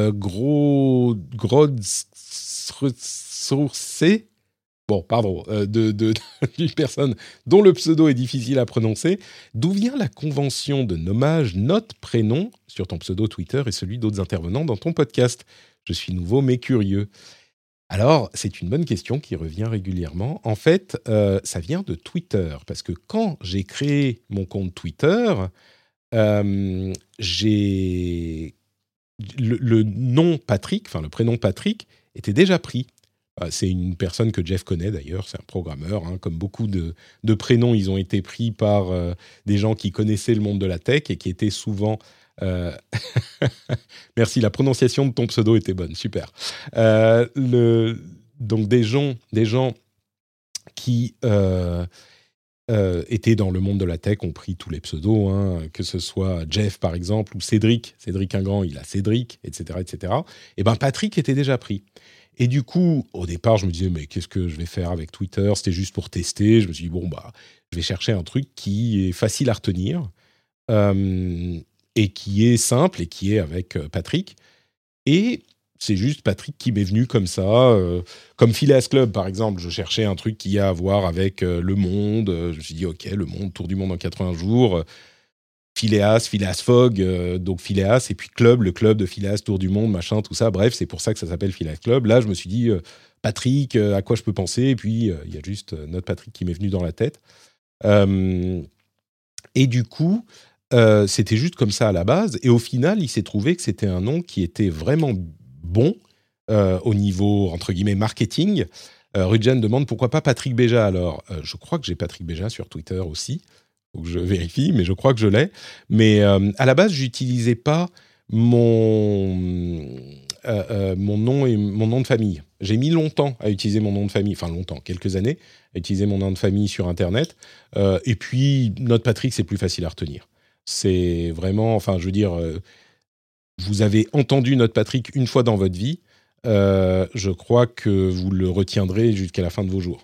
Grodsourcé. Bon, pardon, d'une personne dont le pseudo est difficile à prononcer. D'où vient la convention de nommage note prénom sur ton pseudo Twitter et celui d'autres intervenants dans ton podcast? Je suis nouveau mais curieux. Alors, c'est une bonne question qui revient régulièrement. En fait, ça vient de Twitter, parce que quand j'ai créé mon compte Twitter, j'ai le nom Patrick, enfin le prénom Patrick, était déjà pris. C'est une personne que Jeff connaît d'ailleurs, c'est un programmeur. Hein, comme beaucoup de prénoms, ils ont été pris par des gens qui connaissaient le monde de la tech et qui étaient souvent... Merci, la prononciation de ton pseudo était bonne, super. Donc des gens qui étaient dans le monde de la tech ont pris tous les pseudos, hein, que ce soit Jeff par exemple ou Cédric Ingrand, il a Cédric, etc., etc. Et ben Patrick était déjà pris. Et du coup, au départ, je me disais, mais qu'est-ce que je vais faire avec Twitter? C'était juste pour tester. Je me suis dit, bon, bah, je vais chercher un truc qui est facile à retenir. et qui est simple et qui est avec Patrick. Et c'est juste Patrick qui m'est venu comme ça, comme Phileas Club par exemple. Je cherchais un truc qui a à voir avec le monde. Je me suis dit ok, le monde, tour du monde en 80 jours. Phileas Fogg, donc Phileas, et puis Club, le club de Phileas, tour du monde, machin, tout ça. Bref, c'est pour ça que ça s'appelle Phileas Club. Là, je me suis dit Patrick, à quoi je peux penser? Et puis il y a juste notre Patrick qui m'est venu dans la tête. Et du coup, c'était juste comme ça à la base. Et au final, il s'est trouvé que c'était un nom qui était vraiment bon au niveau, entre guillemets, marketing. Rudjan demande pourquoi pas Patrick Béja alors. Je crois que j'ai Patrick Béja sur Twitter aussi. Faut que je vérifie, mais je crois que je l'ai. Mais à la base, j'utilisais pas mon nom et mon nom de famille. J'ai mis longtemps à utiliser mon nom de famille, enfin longtemps, quelques années, à utiliser mon nom de famille sur Internet. Et puis, notre Patrick, c'est plus facile à retenir. C'est vraiment, enfin, je veux dire, vous avez entendu notre Patrick une fois dans votre vie. Je crois que vous le retiendrez jusqu'à la fin de vos jours.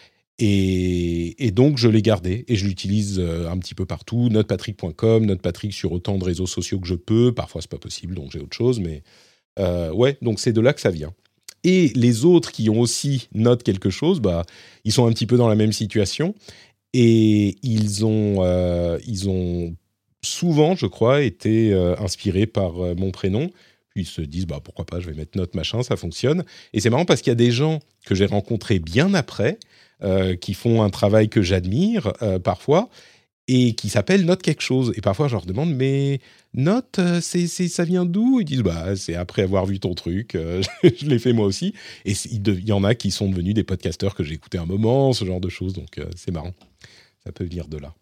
Et donc, je l'ai gardé et je l'utilise un petit peu partout. Notepatrick.com, Notepatrick sur autant de réseaux sociaux que je peux. Parfois, c'est pas possible, donc j'ai autre chose. Mais ouais, donc c'est de là que ça vient. Et les autres qui ont aussi Note quelque chose, bah, ils sont un petit peu dans la même situation. Et ils ont souvent, je crois, été inspirés par mon prénom. Puis ils se disent, bah, pourquoi pas, je vais mettre Note machin, ça fonctionne. Et c'est marrant parce qu'il y a des gens que j'ai rencontrés bien après, qui font un travail que j'admire parfois, et qui s'appellent Note quelque chose. Et parfois, je leur demande, mais Note, ça vient d'où? Ils disent, bah, c'est après avoir vu ton truc, je l'ai fait moi aussi. Et il y en a qui sont devenus des podcasteurs que j'ai écoutés un moment, ce genre de choses, donc c'est marrant. Ça peut venir de là.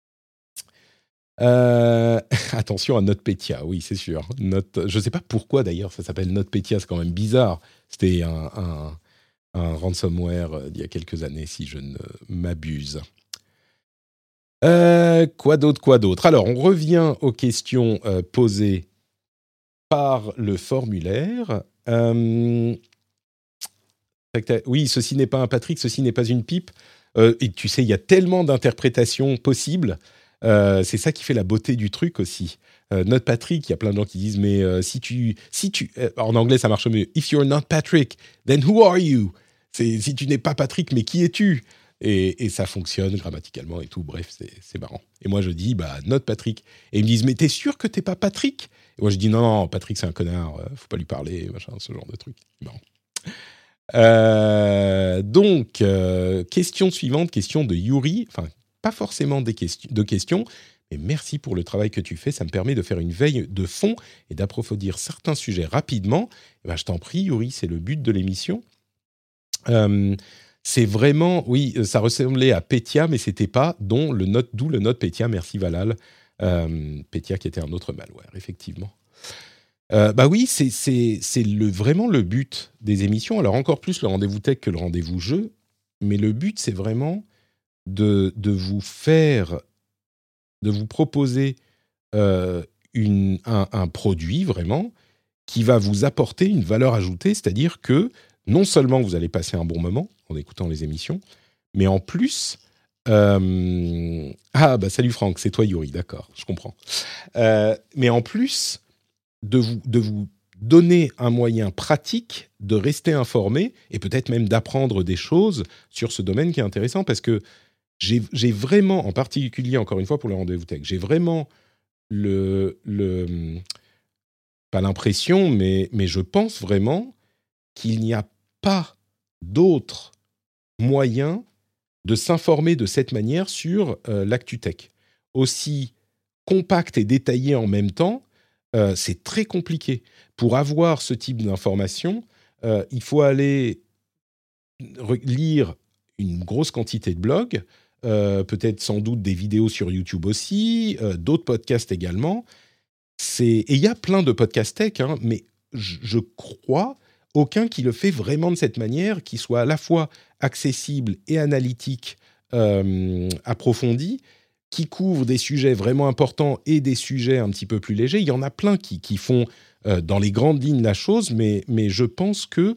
Attention à NotPetya, oui, c'est sûr. Je ne sais pas pourquoi d'ailleurs ça s'appelle NotPetya, c'est quand même bizarre. C'était un ransomware d'il y a quelques années, si je ne m'abuse. Quoi d'autre? Alors, on revient aux questions posées par le formulaire. Oui, ceci n'est pas un Patrick, ceci n'est pas une pipe. Et tu sais, il y a tellement d'interprétations possibles. C'est ça qui fait la beauté du truc aussi. Notre Patrick, il y a plein de gens qui disent, mais en anglais ça marche mieux. If you're not Patrick, then who are you? Si tu n'es pas Patrick, mais qui es-tu? Et ça fonctionne grammaticalement et tout. Bref, c'est marrant. Et moi je dis, bah notre Patrick. Et ils me disent, mais t'es sûr que t'es pas Patrick? Et moi je dis, non, Patrick c'est un connard, faut pas lui parler, machin, ce genre de truc. C'est marrant. Donc, question suivante, question de Yuri. Enfin, pas forcément de questions, mais merci pour le travail que tu fais. Ça me permet de faire une veille de fond et d'approfondir certains sujets rapidement. Eh ben, je t'en prie, Yuri, c'est le but de l'émission. C'est vraiment, oui, ça ressemblait à Petya, mais c'était pas, d'où le note Petya. Merci Valal. Petya qui était un autre malware, effectivement. Bah oui, c'est vraiment le but des émissions. Alors encore plus le rendez-vous tech que le rendez-vous jeu, mais le but c'est vraiment de vous proposer un produit vraiment qui va vous apporter une valeur ajoutée, c'est-à-dire que non seulement vous allez passer un bon moment en écoutant les émissions, mais en plus ah bah salut Franck, c'est toi Yuri, d'accord, je comprends. Mais en plus de vous donner un moyen pratique de rester informé et peut-être même d'apprendre des choses sur ce domaine qui est intéressant, parce que j'ai vraiment, en particulier, encore une fois pour le rendez-vous tech, j'ai vraiment pas l'impression, mais je pense vraiment qu'il n'y a pas d'autre moyen de s'informer de cette manière sur l'actu tech. Aussi compact et détaillé en même temps, c'est très compliqué. Pour avoir ce type d'informations, il faut aller lire une grosse quantité de blogs, peut-être sans doute des vidéos sur YouTube aussi, d'autres podcasts également. Et il y a plein de podcasts tech, hein, mais je crois aucun qui le fait vraiment de cette manière, qui soit à la fois accessible et analytique, approfondi, qui couvre des sujets vraiment importants et des sujets un petit peu plus légers. Il y en a plein qui font dans les grandes lignes la chose, mais je pense que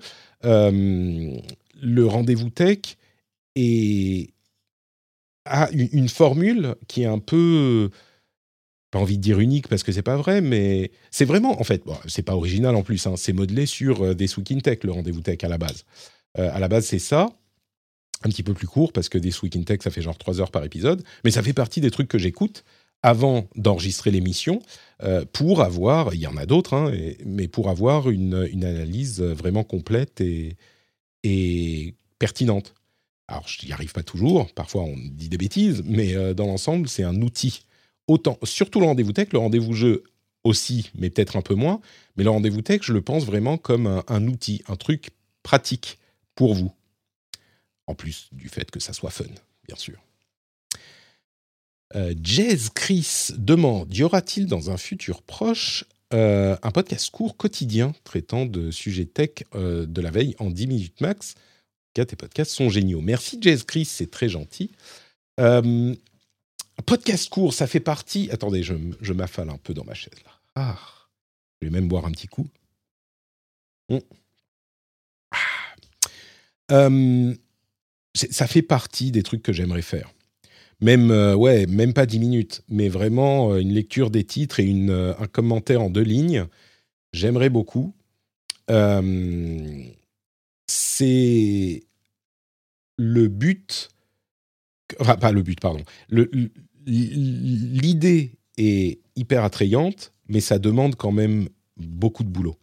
le rendez-vous tech a une formule qui est un peu pas envie de dire unique parce que c'est pas vrai, mais c'est vraiment, en fait, bon, c'est pas original en plus, hein, c'est modelé sur This Week in Tech, le rendez-vous tech à la base. À la base, c'est ça, un petit peu plus court parce que This Week in Tech, ça fait genre 3 heures par épisode, mais ça fait partie des trucs que j'écoute avant d'enregistrer l'émission pour avoir, il y en a d'autres, hein, mais pour avoir une analyse vraiment complète et pertinente. Alors, je n'y arrive pas toujours, parfois on dit des bêtises, mais dans l'ensemble, c'est un outil. Autant, surtout le rendez-vous tech, le rendez-vous jeu aussi, mais peut-être un peu moins, mais le rendez-vous tech, je le pense vraiment comme un outil, un truc pratique pour vous. En plus du fait que ça soit fun, bien sûr. Jez Chris demande, y aura-t-il dans un futur proche un podcast court quotidien traitant de sujets tech de la veille en 10 minutes max? Tes podcasts sont géniaux. Merci Jez Chris, c'est très gentil. Podcast court, ça fait partie... Attendez, je m'affale un peu dans ma chaise là. Ah, je vais même boire un petit coup. Ça fait partie des trucs que j'aimerais faire. Même, même pas 10 minutes, mais vraiment une lecture des titres et un commentaire en 2 lignes. J'aimerais beaucoup. C'est le but... Enfin, pas le but, pardon. L'idée est hyper attrayante, mais ça demande quand même beaucoup de boulot.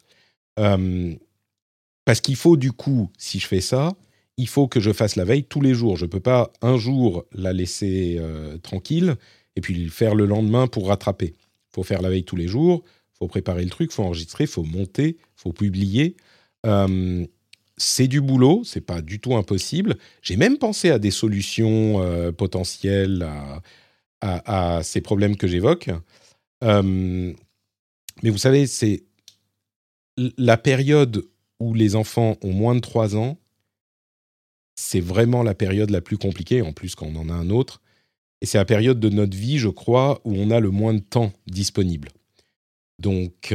Parce qu'il faut, du coup, si je fais ça, il faut que je fasse la veille tous les jours. Je ne peux pas un jour la laisser tranquille et puis le faire le lendemain pour rattraper. Il faut faire la veille tous les jours, il faut préparer le truc, il faut enregistrer, il faut monter, il faut publier. C'est du boulot, c'est pas du tout impossible. J'ai même pensé à des solutions potentielles à ces problèmes que j'évoque. Mais vous savez, c'est la période où les enfants ont moins de 3 ans, c'est vraiment la période la plus compliquée, en plus quand on en a un autre. Et c'est la période de notre vie, je crois, où on a le moins de temps disponible. Donc,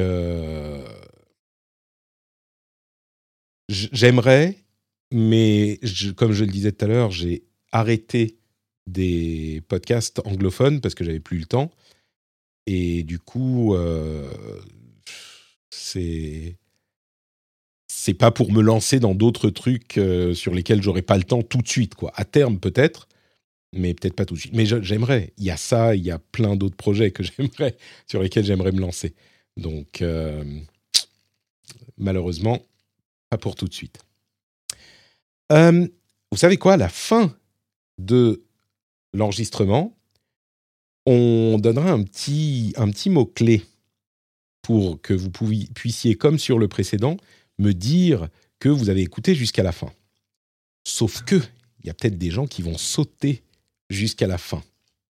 j'aimerais, mais comme je le disais tout à l'heure, j'ai arrêté des podcasts anglophones parce que j'avais plus le temps. Et du coup, c'est pas pour me lancer dans d'autres trucs sur lesquels j'aurais pas le temps tout de suite, quoi. À terme, peut-être, mais peut-être pas tout de suite. Mais j'aimerais. Il y a ça, il y a plein d'autres projets que j'aimerais, sur lesquels j'aimerais me lancer. Donc, malheureusement, pas pour tout de suite. Vous savez quoi? À la fin de l'enregistrement, on donnera un petit mot-clé pour que vous puissiez, comme sur le précédent, me dire que vous avez écouté jusqu'à la fin. Sauf que, il y a peut-être des gens qui vont sauter jusqu'à la fin.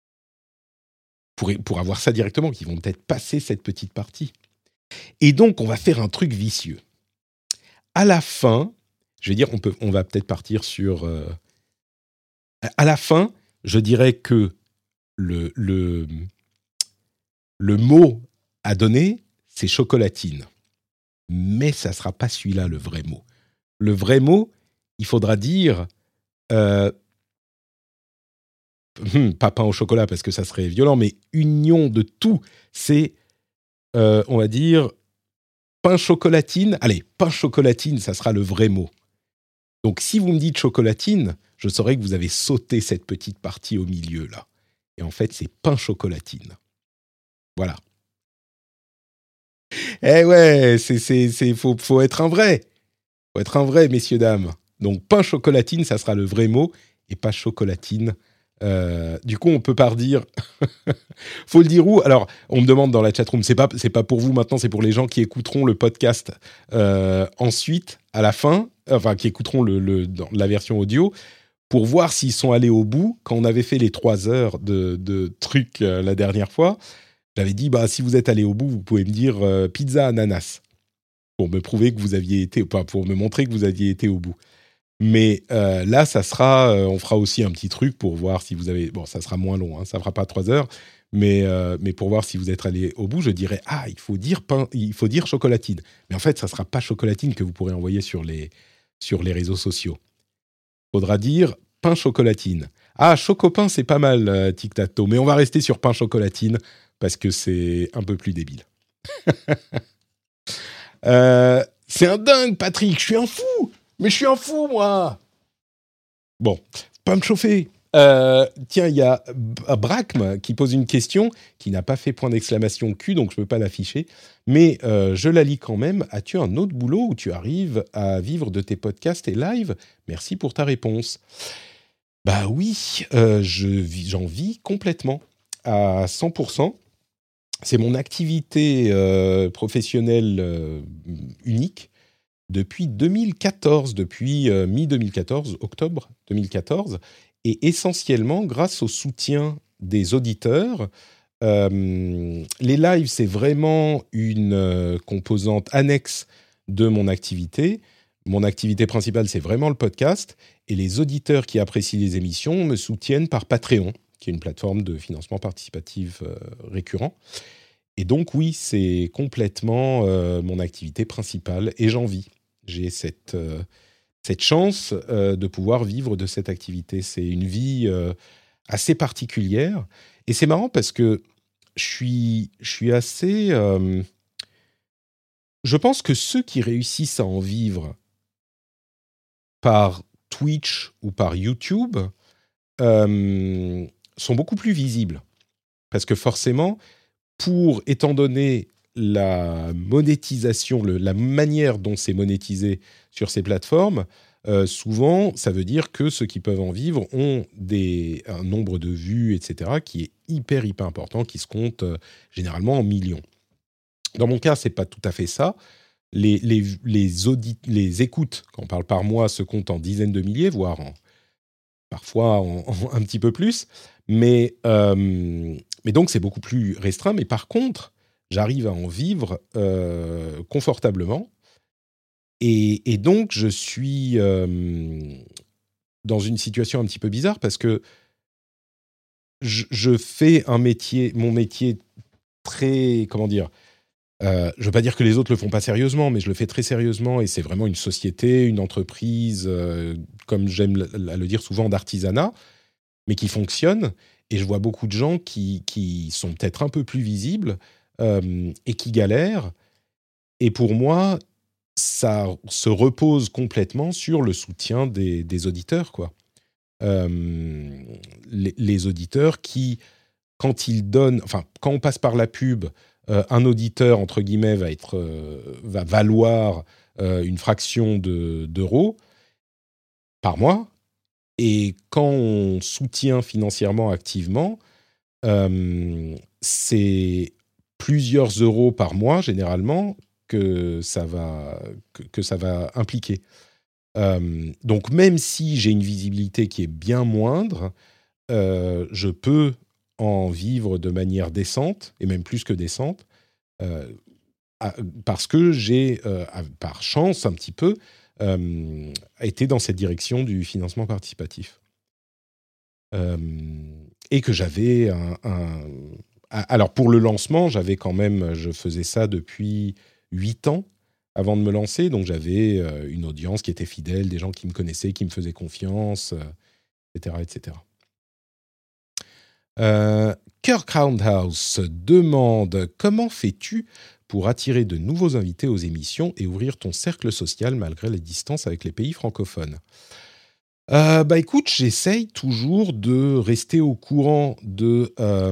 Pour avoir ça directement, qui vont peut-être passer cette petite partie. Et donc, on va faire un truc vicieux. À la fin, je vais dire, on va peut-être partir sur... à la fin, je dirais que le mot à donner, c'est chocolatine. Mais ça ne sera pas celui-là, le vrai mot. Le vrai mot, il faudra dire... pas pain au chocolat, parce que ça serait violent, mais union de tout. C'est, on va dire, pain chocolatine. Allez, pain chocolatine, ça sera le vrai mot. Donc, si vous me dites chocolatine, je saurai que vous avez sauté cette petite partie au milieu, là. Et en fait, c'est pain chocolatine. Voilà. Eh ouais, faut être un vrai. Faut être un vrai, messieurs, dames. Donc, pain chocolatine, ça sera le vrai mot, et pas chocolatine. Du coup, on peut pas redire. Faut le dire où? Alors, on me demande dans la chatroom, c'est pas pour vous maintenant, c'est pour les gens qui écouteront le podcast ensuite, à la fin, enfin, qui écouteront dans la version audio, pour voir s'ils sont allés au bout. Quand on avait fait les 3 heures de trucs la dernière fois, j'avais dit, si vous êtes allé au bout, vous pouvez me dire pizza ananas, pour me prouver que vous aviez été, pour me montrer que vous aviez été au bout. Mais là, ça sera, on fera aussi un petit truc pour voir si vous avez... Bon, ça sera moins long, hein, ça ne fera pas 3 heures, mais pour voir si vous êtes allé au bout, je dirais, il faut dire chocolatine. Mais en fait, ça ne sera pas chocolatine que vous pourrez envoyer sur les réseaux sociaux. Il faudra dire pain chocolatine. Chocopain, c'est pas mal, tic-tac-toe, mais on va rester sur pain chocolatine parce que c'est un peu plus débile. C'est un dingue, Patrick, je suis un fou. Mais je suis un fou, moi. Bon, pas me chauffer. Tiens, il y a Bracm qui pose une question qui n'a pas fait point d'exclamation Q, donc je ne peux pas l'afficher. Mais je la lis quand même. As-tu un autre boulot où tu arrives à vivre de tes podcasts et live ? Merci pour ta réponse. Bah oui, j'en vis complètement, à 100%. C'est mon activité professionnelle unique depuis 2014, depuis mi-2014, octobre 2014, et essentiellement grâce au soutien des auditeurs. Les lives, c'est vraiment une composante annexe de mon activité. Mon activité principale, c'est vraiment le podcast, et les auditeurs qui apprécient les émissions me soutiennent par Patreon, qui est une plateforme de financement participatif récurrent. Et donc oui, c'est complètement mon activité principale, et j'en vis. J'ai cette chance de pouvoir vivre de cette activité. C'est une vie assez particulière. Et c'est marrant parce que je suis assez... je pense que ceux qui réussissent à en vivre par Twitch ou par YouTube sont beaucoup plus visibles. Parce que forcément, étant donné la monétisation, la manière dont c'est monétisé sur ces plateformes, souvent, ça veut dire que ceux qui peuvent en vivre ont un nombre de vues, etc., qui est hyper important, qui se compte généralement en millions. Dans mon cas, c'est pas tout à fait ça. Les écoutes, quand on parle par mois, se comptent en dizaines de milliers, voire parfois un petit peu plus. Mais donc, c'est beaucoup plus restreint. Mais par contre, j'arrive à en vivre confortablement. Et donc, je suis dans une situation un petit peu bizarre parce que je fais mon métier très... Comment dire ? Je ne veux pas dire que les autres le font pas sérieusement, mais je le fais très sérieusement et c'est vraiment une société, une entreprise, comme j'aime à le dire souvent, d'artisanat, mais qui fonctionne. Et je vois beaucoup de gens qui sont peut-être un peu plus visibles et qui galèrent. Et pour moi, ça se repose complètement sur le soutien des auditeurs, quoi. Les auditeurs qui, quand ils donnent... Enfin, quand on passe par la pub... un auditeur, entre guillemets, va valoir une fraction d'euros par mois. Et quand on soutient financièrement activement, c'est plusieurs euros par mois, généralement, que ça va impliquer. Donc, même si j'ai une visibilité qui est bien moindre, je peux en vivre de manière décente, et même plus que décente, parce que j'ai, par chance un petit peu, été dans cette direction du financement participatif. Et que j'avais alors pour le lancement, je faisais ça depuis 8 ans avant de me lancer, donc j'avais une audience qui était fidèle, des gens qui me connaissaient, qui me faisaient confiance, etc., etc. Kirk Roundhouse demande « Comment fais-tu pour attirer de nouveaux invités aux émissions et ouvrir ton cercle social malgré les distances avec les pays francophones ?» Écoute, j'essaye toujours de rester au courant de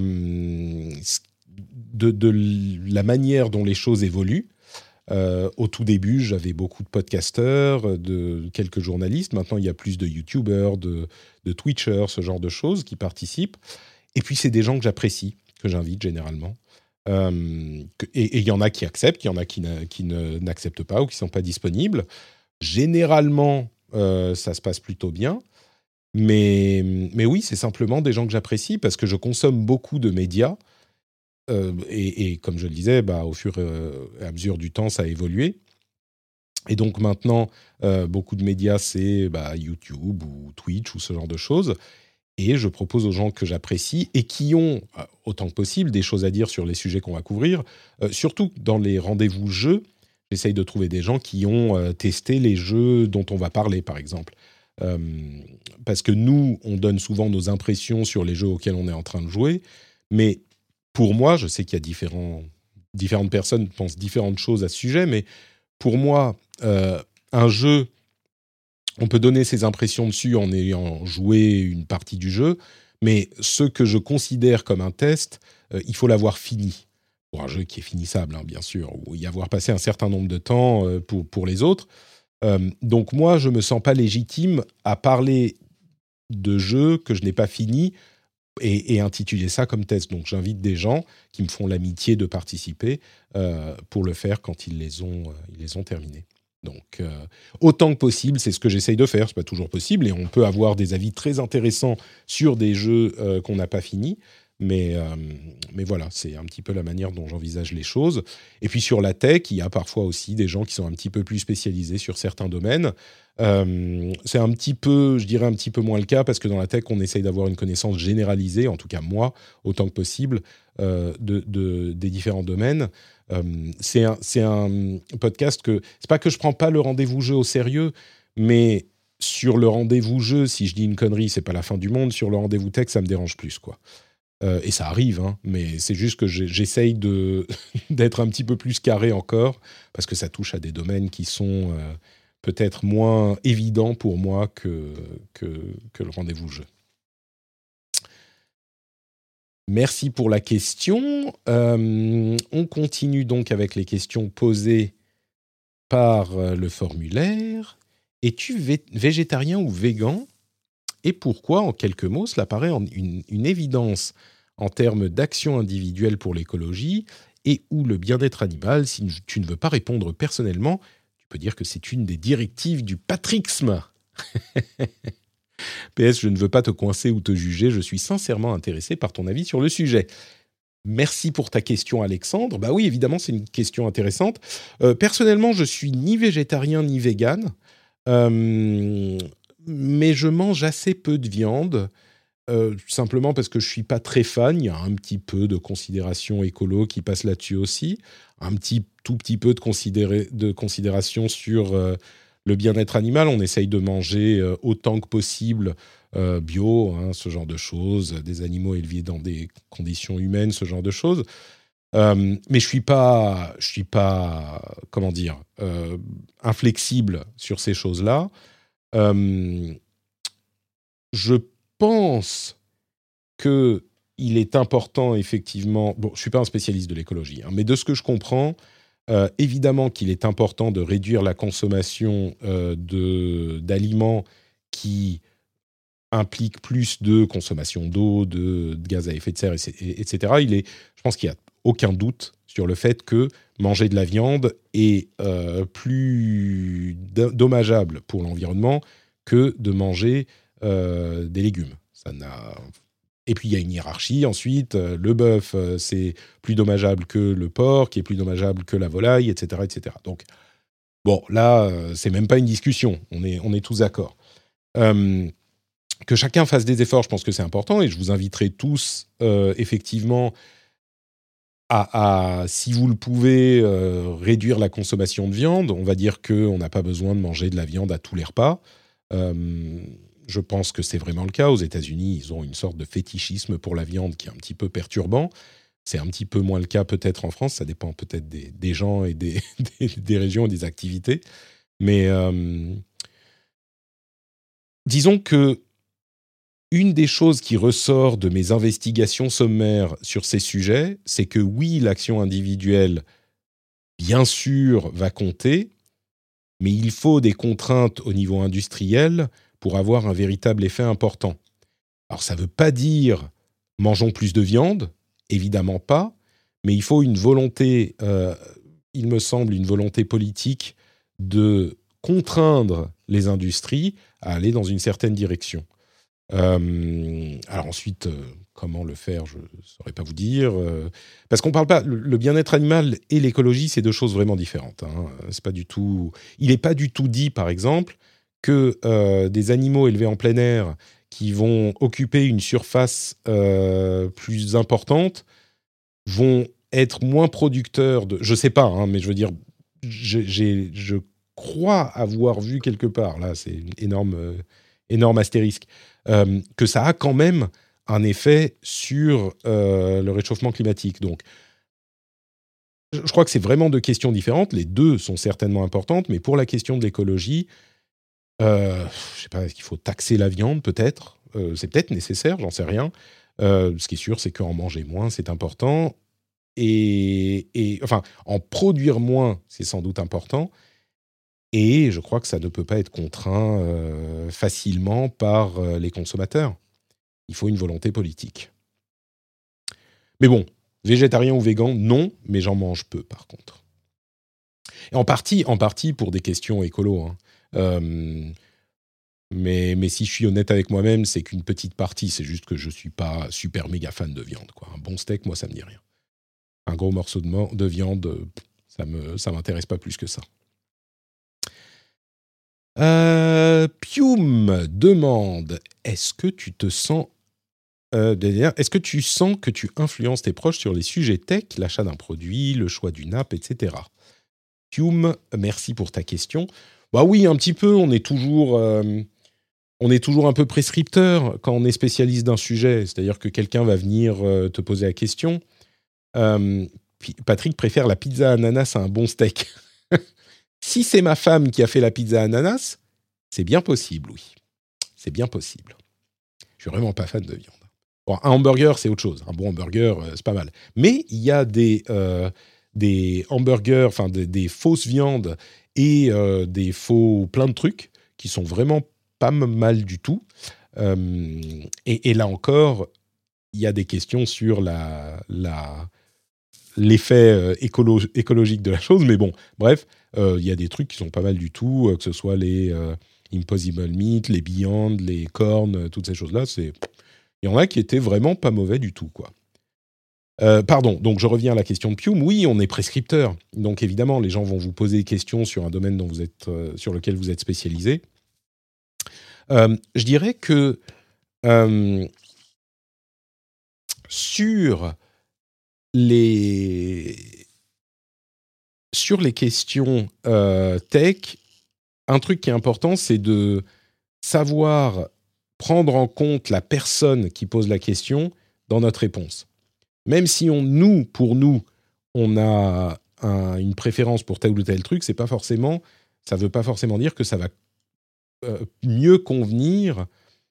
la manière dont les choses évoluent. Au tout début, j'avais beaucoup de podcasteurs, de quelques journalistes. Maintenant, il y a plus de YouTubers, de Twitchers, ce genre de choses qui participent. Et puis, c'est des gens que j'apprécie, que j'invite généralement. Et il y en a qui acceptent, il y en a qui n'acceptent pas ou qui ne sont pas disponibles. Généralement, ça se passe plutôt bien. Mais oui, c'est simplement des gens que j'apprécie parce que je consomme beaucoup de médias. Et comme je le disais, au fur et à mesure du temps, ça a évolué. Et donc maintenant, beaucoup de médias, c'est YouTube ou Twitch ou ce genre de choses. Et je propose aux gens que j'apprécie et qui ont, autant que possible, des choses à dire sur les sujets qu'on va couvrir. Surtout dans les rendez-vous jeux, j'essaye de trouver des gens qui ont testé les jeux dont on va parler, par exemple. Parce que nous, on donne souvent nos impressions sur les jeux auxquels on est en train de jouer, mais pour moi, je sais qu'il y a différentes personnes pensent différentes choses à ce sujet, mais pour moi, un jeu, on peut donner ses impressions dessus en ayant joué une partie du jeu, mais ce que je considère comme un test, il faut l'avoir fini. Pour un jeu qui est finissable, hein, bien sûr, ou y avoir passé un certain nombre de temps pour les autres. Donc moi, je ne me sens pas légitime à parler de jeux que je n'ai pas finis et intituler ça comme test. Donc j'invite des gens qui me font l'amitié de participer pour le faire quand ils les ont terminés. Donc autant que possible, c'est ce que j'essaye de faire. C'est pas toujours possible et on peut avoir des avis très intéressants sur des jeux qu'on n'a pas finis. Mais voilà, c'est un petit peu la manière dont j'envisage les choses. Et puis sur la tech, il y a parfois aussi des gens qui sont un petit peu plus spécialisés sur certains domaines. C'est un petit peu, je dirais un petit peu moins le cas parce que dans la tech, on essaye d'avoir une connaissance généralisée, en tout cas moi, autant que possible, des différents domaines. C'est un podcast que c'est pas que je prends pas le rendez-vous jeu au sérieux, mais sur le rendez-vous jeu, si je dis une connerie, c'est pas la fin du monde. Sur le rendez-vous tech, ça me dérange plus, quoi. Et ça arrive, hein, mais c'est juste que j'essaye d'être un petit peu plus carré encore, parce que ça touche à des domaines qui sont peut-être moins évidents pour moi que le rendez-vous jeu. Merci pour la question. On continue donc avec les questions posées par le formulaire. Es-tu végétarien ou végan ? Et pourquoi, en quelques mots, cela paraît une évidence en termes d'action individuelle pour l'écologie et ou le bien-être animal. Si tu ne veux pas répondre personnellement, tu peux dire que c'est une des directives du patrixme. PS, je ne veux pas te coincer ou te juger, je suis sincèrement intéressé par ton avis sur le sujet. Merci pour ta question, Alexandre. Bah oui, évidemment, c'est une question intéressante. Personnellement, je suis ni végétarien ni végane. Mais je mange assez peu de viande, simplement parce que je ne suis pas très fan. Il y a un petit peu de considération écolo qui passe là-dessus aussi, tout petit peu de considération sur le bien-être animal. On essaye de manger autant que possible bio, hein, ce genre de choses, des animaux élevés dans des conditions humaines, ce genre de choses. Mais je suis pas, comment dire, inflexible sur ces choses-là. Je pense qu'il est important, effectivement... Bon, je ne suis pas un spécialiste de l'écologie, hein, mais de ce que je comprends, évidemment qu'il est important de réduire la consommation d'aliments qui impliquent plus de consommation d'eau, de gaz à effet de serre, etc. Je pense qu'il n'y a aucun doute sur le fait que manger de la viande est plus dommageable pour l'environnement que de manger des légumes. Et puis il y a une hiérarchie ensuite. Le bœuf, c'est plus dommageable que le porc, qui est plus dommageable que la volaille, etc., etc. Donc, bon, là, c'est même pas une discussion. On est tous d'accord. Que chacun fasse des efforts, je pense que c'est important, et je vous inviterai tous, effectivement, si vous le pouvez, réduire la consommation de viande. On va dire qu'on n'a pas besoin de manger de la viande à tous les repas. Je pense que c'est vraiment le cas. Aux États-Unis, ils ont une sorte de fétichisme pour la viande qui est un petit peu perturbant. C'est un petit peu moins le cas peut-être en France. Ça dépend peut-être des gens et des régions et des activités. Mais disons que une des choses qui ressort de mes investigations sommaires sur ces sujets, c'est que oui, l'action individuelle, bien sûr, va compter, mais il faut des contraintes au niveau industriel pour avoir un véritable effet important. Alors, ça ne veut pas dire mangeons plus de viande, évidemment pas, mais il faut une volonté, il me semble, une volonté politique de contraindre les industries à aller dans une certaine direction. Alors ensuite, comment le faire, je ne saurais pas vous dire. Parce qu'on ne parle pas... Le bien-être animal et l'écologie, c'est deux choses vraiment différentes. Hein. C'est pas du tout, il n'est pas du tout dit, par exemple, que des animaux élevés en plein air qui vont occuper une surface plus importante vont être moins producteurs de... Je ne sais pas, hein, mais je veux dire, je crois avoir vu quelque part, là c'est une énorme astérisque, que ça a quand même un effet sur le réchauffement climatique. Donc, je crois que c'est vraiment deux questions différentes. Les deux sont certainement importantes, mais pour la question de l'écologie, je sais pas, est-ce qu'il faut taxer la viande peut-être c'est peut-être nécessaire, j'en sais rien. Ce qui est sûr, c'est qu'en manger moins, c'est important. Enfin, en produire moins, c'est sans doute important. Et je crois que ça ne peut pas être contraint facilement par les consommateurs. Il faut une volonté politique. Mais bon, végétarien ou végan, non, mais j'en mange peu par contre. Et en partie pour des questions écolo. Hein. Mais si je suis honnête avec moi-même, c'est qu'une petite partie. C'est juste que je ne suis pas super méga fan de viande, quoi. Un bon steak, moi, ça me dit rien. Un gros morceau de viande, ça m'intéresse pas plus que ça. Pium demande, est-ce que tu sens que tu influences tes proches sur les sujets tech, l'achat d'un produit, le choix d'une app, etc. Pium, merci pour ta question. Bah oui, un petit peu, on est toujours un peu prescripteur quand on est spécialiste d'un sujet. C'est-à-dire que quelqu'un va venir te poser la question. Patrick préfère la pizza ananas à un bon steak. Si c'est ma femme qui a fait la pizza ananas, c'est bien possible, oui. C'est bien possible. Je suis vraiment pas fan de viande. Bon, un hamburger, c'est autre chose. Un bon hamburger, c'est pas mal. Mais il y a des hamburgers, enfin des fausses viandes et des faux plein de trucs qui sont vraiment pas mal du tout. Et là encore, il y a des questions sur l'effet écologique de la chose. Mais bon, bref, il y a des trucs qui sont pas mal du tout, que ce soit les Impossible Meat, les Beyond, les Corn, toutes ces choses-là. Il y en a qui étaient vraiment pas mauvais du tout, quoi. Pardon, donc je reviens à la question de Pium. Oui, on est prescripteur. Donc évidemment, les gens vont vous poser des questions sur un domaine sur lequel vous êtes spécialisé. Je dirais que sur les questions tech, un truc qui est important, c'est de savoir prendre en compte la personne qui pose la question dans notre réponse. Même si pour nous, on a une préférence pour tel ou tel truc, ça ne veut pas forcément dire que ça va mieux convenir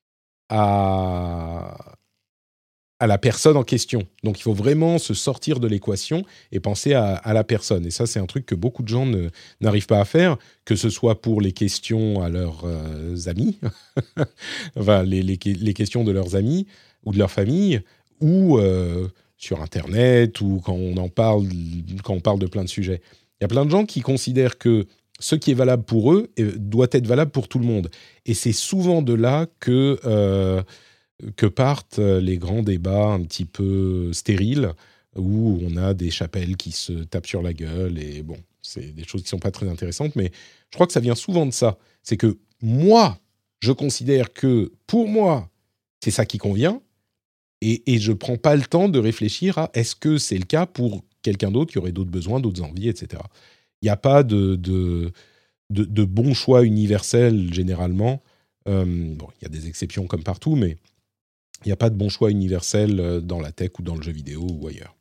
à la personne en question. Donc, il faut vraiment se sortir de l'équation et penser à la personne. Et ça, c'est un truc que beaucoup de gens n'arrivent pas à faire, que ce soit pour les questions à leurs amis, enfin, les questions de leurs amis ou de leur famille, ou sur Internet, ou quand on parle de plein de sujets. Il y a plein de gens qui considèrent que ce qui est valable pour eux doit être valable pour tout le monde. Et c'est souvent de là que partent les grands débats un petit peu stériles, où on a des chapelles qui se tapent sur la gueule, et bon, c'est des choses qui ne sont pas très intéressantes, mais je crois que ça vient souvent de ça. C'est que moi, je considère que, pour moi, c'est ça qui convient, et je ne prends pas le temps de réfléchir à est-ce que c'est le cas pour quelqu'un d'autre qui aurait d'autres besoins, d'autres envies, etc. Il n'y a pas de bon choix universel, généralement. Bon, il y a des exceptions comme partout, mais il n'y a pas de bon choix universel dans la tech ou dans le jeu vidéo ou ailleurs.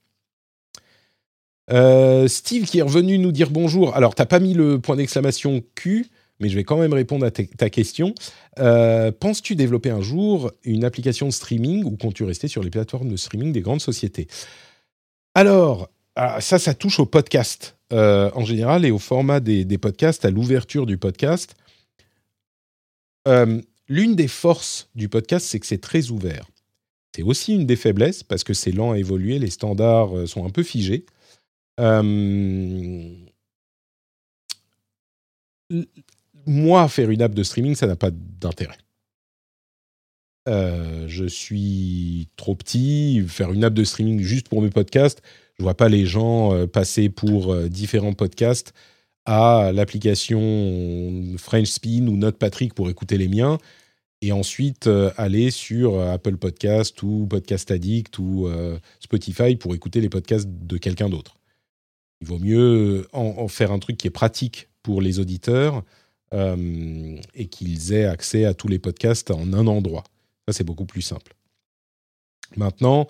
Steve qui est revenu nous dire bonjour. Alors, tu n'as pas mis le point d'exclamation Q, mais je vais quand même répondre à ta question. Penses-tu développer un jour une application de streaming ou comptes-tu rester sur les plateformes de streaming des grandes sociétés ? Alors, ça touche au podcast en général et au format des podcasts, à l'ouverture du podcast. L'une des forces du podcast, c'est que c'est très ouvert. C'est aussi une des faiblesses parce que c'est lent à évoluer, les standards sont un peu figés. Moi, faire une app de streaming, ça n'a pas d'intérêt. Je suis trop petit. Faire une app de streaming juste pour mes podcasts, je ne vois pas les gens passer pour différents podcasts à l'application French Spin ou NotePatrick pour écouter les miens, et ensuite aller sur Apple Podcast ou Podcast Addict ou Spotify pour écouter les podcasts de quelqu'un d'autre. Il vaut mieux en faire un truc qui est pratique pour les auditeurs et qu'ils aient accès à tous les podcasts en un endroit. Ça, c'est beaucoup plus simple. Maintenant,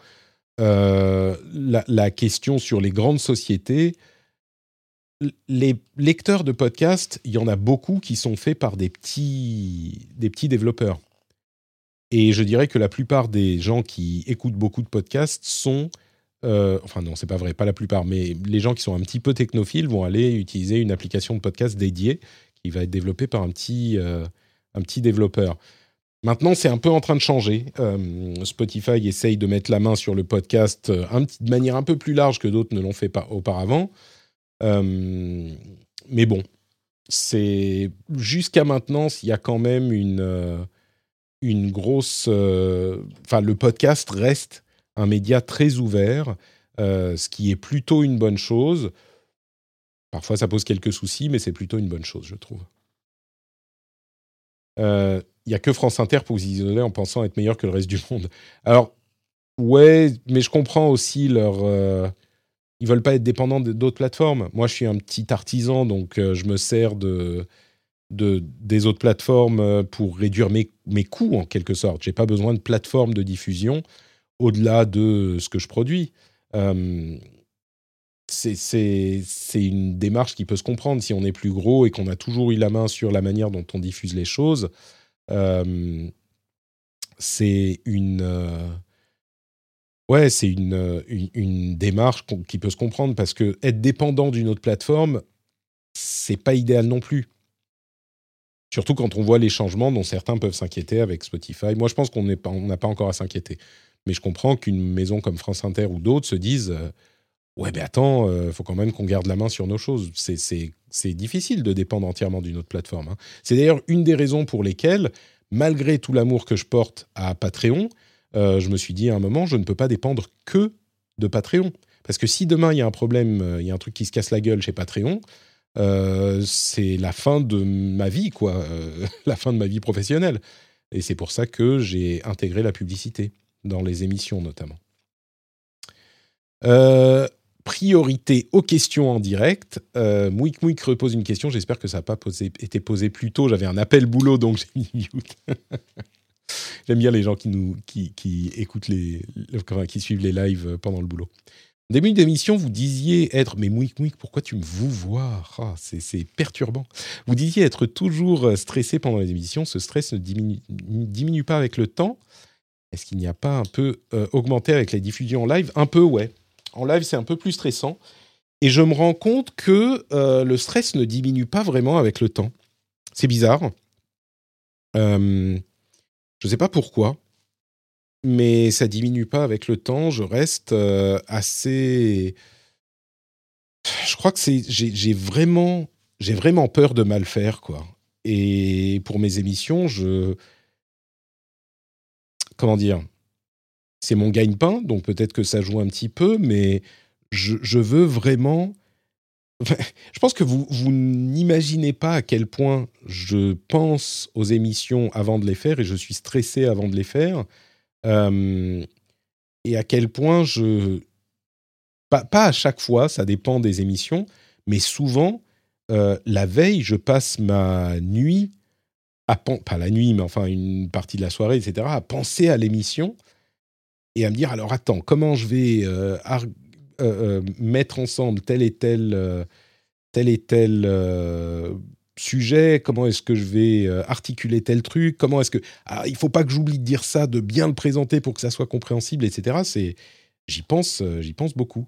la question sur les grandes sociétés, les lecteurs de podcasts, il y en a beaucoup qui sont faits par des petits développeurs. Et je dirais que la plupart des gens qui écoutent beaucoup de podcasts sont... enfin non, c'est pas vrai, pas la plupart, mais les gens qui sont un petit peu technophiles vont aller utiliser une application de podcast dédiée qui va être développée par un petit développeur. Maintenant, c'est un peu en train de changer. Spotify essaye de mettre la main sur le podcast de manière un peu plus large que d'autres ne l'ont fait auparavant. Mais bon, c'est jusqu'à maintenant, il y a quand même une grosse... Enfin, le podcast reste un média très ouvert, ce qui est plutôt une bonne chose. Parfois, ça pose quelques soucis, mais c'est plutôt une bonne chose, je trouve. Il n'y a que France Inter pour vous isoler en pensant être meilleur que le reste du monde. Alors, ouais, mais je comprends aussi ils veulent pas être dépendants d'autres plateformes. Moi, je suis un petit artisan, donc je me sers des autres plateformes pour réduire mes coûts, en quelque sorte. Je n'ai pas besoin de plateforme de diffusion au-delà de ce que je produis. C'est une démarche qui peut se comprendre si on est plus gros et qu'on a toujours eu la main sur la manière dont on diffuse les choses. C'est une démarche qui peut se comprendre parce que être dépendant d'une autre plateforme, c'est pas idéal non plus. Surtout quand on voit les changements dont certains peuvent s'inquiéter avec Spotify. Moi, je pense qu'on n'a pas encore à s'inquiéter. Mais je comprends qu'une maison comme France Inter ou d'autres se disent ouais, mais attends, faut quand même qu'on garde la main sur nos choses. C'est difficile de dépendre entièrement d'une autre plateforme. Hein. C'est d'ailleurs une des raisons pour lesquelles, malgré tout l'amour que je porte à Patreon, je me suis dit à un moment, je ne peux pas dépendre que de Patreon. Parce que si demain, il y a un problème, il y a un truc qui se casse la gueule chez Patreon, c'est la fin de ma vie, quoi. La fin de ma vie professionnelle. Et c'est pour ça que j'ai intégré la publicité, dans les émissions notamment. Priorité aux questions en direct. Mouik Mouik repose une question. J'espère que ça n'a pas été posé plus tôt. J'avais un appel boulot, donc j'ai mis mute. J'aime bien les gens qui écoutent qui suivent les lives pendant le boulot. Au début d'émission, vous disiez être... Mais Mouik Mouik, pourquoi tu me vous vois c'est perturbant. Vous disiez être toujours stressé pendant les émissions. Ce stress ne diminue pas avec le temps. Est-ce qu'il n'y a pas un peu augmenté avec les diffusions en live ? Un peu, ouais. En live, c'est un peu plus stressant. Et je me rends compte que le stress ne diminue pas vraiment avec le temps. C'est bizarre. Je ne sais pas pourquoi, mais ça diminue pas avec le temps. Je reste assez... Je crois que j'ai vraiment peur de mal faire, quoi. Et pour mes émissions, comment dire ? C'est mon gagne-pain, donc peut-être que ça joue un petit peu, mais je veux vraiment... Je pense que vous n'imaginez pas à quel point je pense aux émissions avant de les faire et je suis stressé avant de les faire. Et à quel point pas à chaque fois, ça dépend des émissions, mais souvent, la veille, je passe ma nuit, pas la nuit, mais enfin une partie de la soirée, etc., à penser à l'émission et à me dire, alors attends, comment je vais mettre ensemble tel et tel sujet, comment est-ce que je vais articuler tel truc, comment est-ce que... Ah, il ne faut pas que j'oublie de dire ça, de bien le présenter pour que ça soit compréhensible, etc. J'y pense beaucoup.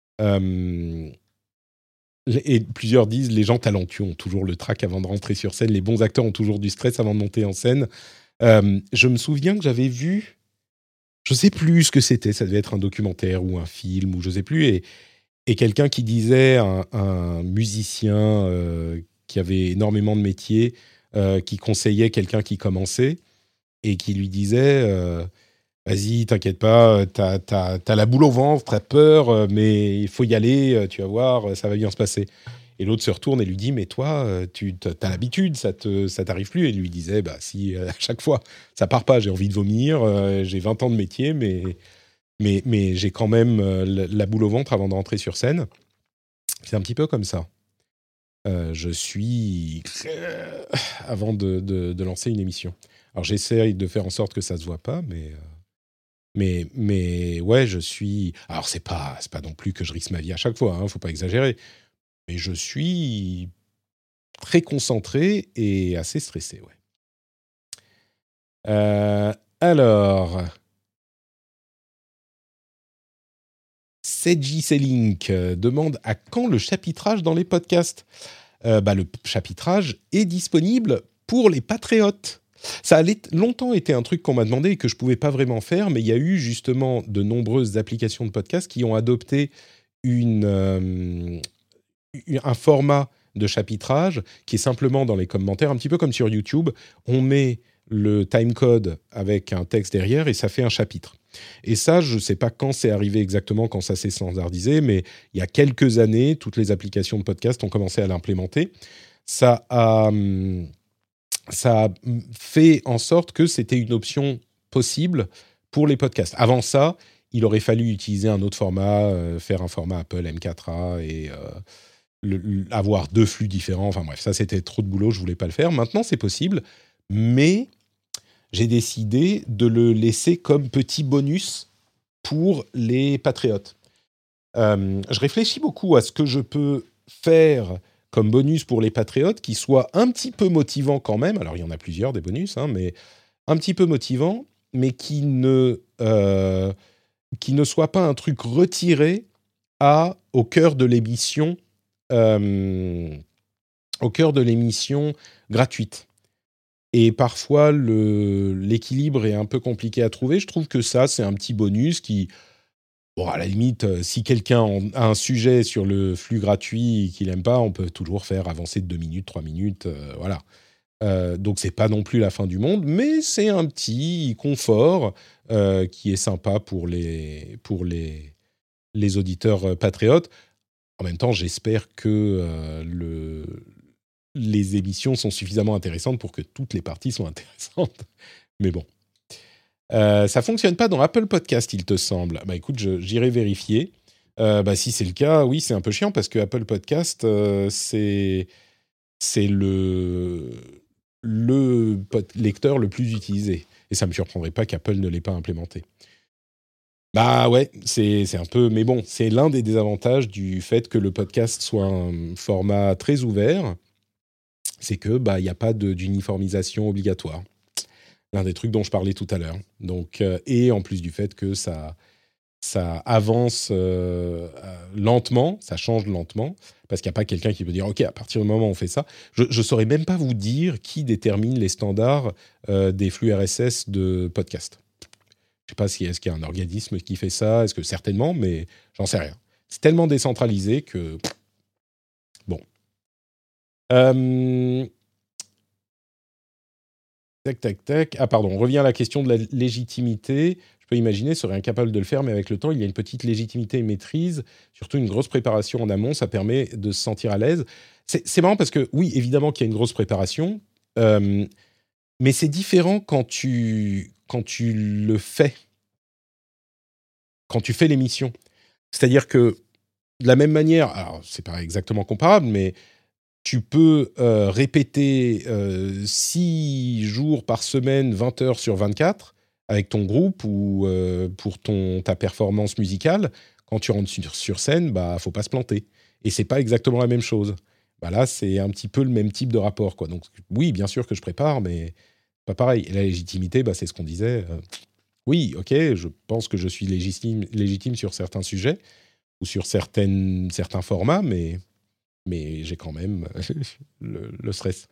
Et plusieurs disent, les gens talentueux ont toujours le trac avant de rentrer sur scène, les bons acteurs ont toujours du stress avant de monter en scène. Je me souviens que j'avais vu... Je sais plus ce que c'était, ça devait être un documentaire ou un film, ou je sais plus, et quelqu'un qui disait, un musicien qui avait énormément de métiers, qui conseillait quelqu'un qui commençait, et qui lui disait vas-y, t'inquiète pas, t'as la boule au ventre, t'as peur, mais il faut y aller, tu vas voir, ça va bien se passer. Et l'autre se retourne et lui dit, mais toi, t'as l'habitude, ça t'arrive plus. Et il lui disait, bah si, à chaque fois, ça part pas, j'ai envie de vomir, j'ai 20 ans de métier, mais j'ai quand même la boule au ventre avant de rentrer sur scène. C'est un petit peu comme ça. Je suis... avant de lancer une émission. Alors j'essaie de faire en sorte que ça se voit pas, Mais ouais, je suis. Alors c'est pas non plus que je risque ma vie à chaque fois. Faut pas exagérer. Mais je suis très concentré et assez stressé. Ouais. Alors, Seiji Selink demande à quand le chapitrage dans les podcasts. Le chapitrage est disponible pour les patriotes. Ça a longtemps été un truc qu'on m'a demandé et que je ne pouvais pas vraiment faire, mais il y a eu justement de nombreuses applications de podcast qui ont adopté un format de chapitrage qui est simplement dans les commentaires, un petit peu comme sur YouTube. On met le timecode avec un texte derrière et ça fait un chapitre. Et ça, je ne sais pas quand c'est arrivé exactement, quand ça s'est standardisé, mais il y a quelques années, toutes les applications de podcast ont commencé à l'implémenter. Ça a fait en sorte que c'était une option possible pour les podcasts. Avant ça, il aurait fallu utiliser un autre format, faire un format Apple M4A et avoir 2 flux différents. Enfin bref, ça c'était trop de boulot, je ne voulais pas le faire. Maintenant, c'est possible, mais j'ai décidé de le laisser comme petit bonus pour les patriotes. Je réfléchis beaucoup à ce que je peux faire comme bonus pour les patriotes qui soit un petit peu motivant quand même. Alors, il y en a plusieurs des bonus, mais un petit peu motivant, mais qui ne soit pas un truc retiré au cœur de l'émission gratuite. Et parfois, l'équilibre est un peu compliqué à trouver. Je trouve que ça, c'est un petit bonus qui, bon, à la limite, si quelqu'un a un sujet sur le flux gratuit qu'il n'aime pas, on peut toujours faire avancer de 2 minutes, 3 minutes, voilà. Donc, c'est pas non plus la fin du monde, mais c'est un petit confort qui est sympa pour les auditeurs patriotes. En même temps, j'espère que les émissions sont suffisamment intéressantes pour que toutes les parties soient intéressantes. Mais bon. Ça fonctionne pas dans Apple Podcast, il te semble. Bah écoute, j'irai vérifier. Si c'est le cas, oui, c'est un peu chiant parce que Apple Podcast, c'est le lecteur le plus utilisé. Et ça me surprendrait pas qu'Apple ne l'ait pas implémenté. Bah ouais, c'est un peu... Mais bon, c'est l'un des désavantages du fait que le podcast soit un format très ouvert. C'est que il n'y a pas d'uniformisation obligatoire. L'un des trucs dont je parlais tout à l'heure. Donc, et en plus du fait que ça avance lentement, ça change lentement, parce qu'il n'y a pas quelqu'un qui peut dire « Ok, à partir du moment où on fait ça… » Je ne saurais même pas vous dire qui détermine les standards des flux RSS de podcast. Je ne sais pas est-ce qu'il y a un organisme qui fait ça, est-ce que certainement, mais j'en sais rien. C'est tellement décentralisé que… Bon. Tac. Ah pardon, on revient à la question de la légitimité. Je peux imaginer, serait incapable de le faire, mais avec le temps, il y a une petite légitimité et maîtrise, surtout une grosse préparation en amont, ça permet de se sentir à l'aise. C'est marrant parce que, oui, évidemment qu'il y a une grosse préparation, mais c'est différent quand tu le fais, quand tu fais l'émission. C'est-à-dire que, de la même manière, alors c'est pas exactement comparable, mais tu peux répéter 6 jours par semaine, 20 heures sur 24, avec ton groupe ou pour ta performance musicale. Quand tu rentres sur scène, faut pas se planter. Et c'est pas exactement la même chose. Là, c'est un petit peu le même type de rapport, quoi. Donc oui, bien sûr que je prépare, mais pas pareil. Et la légitimité, c'est ce qu'on disait. Oui, ok, je pense que je suis légitime sur certains sujets ou sur certains formats, mais j'ai quand même le stress.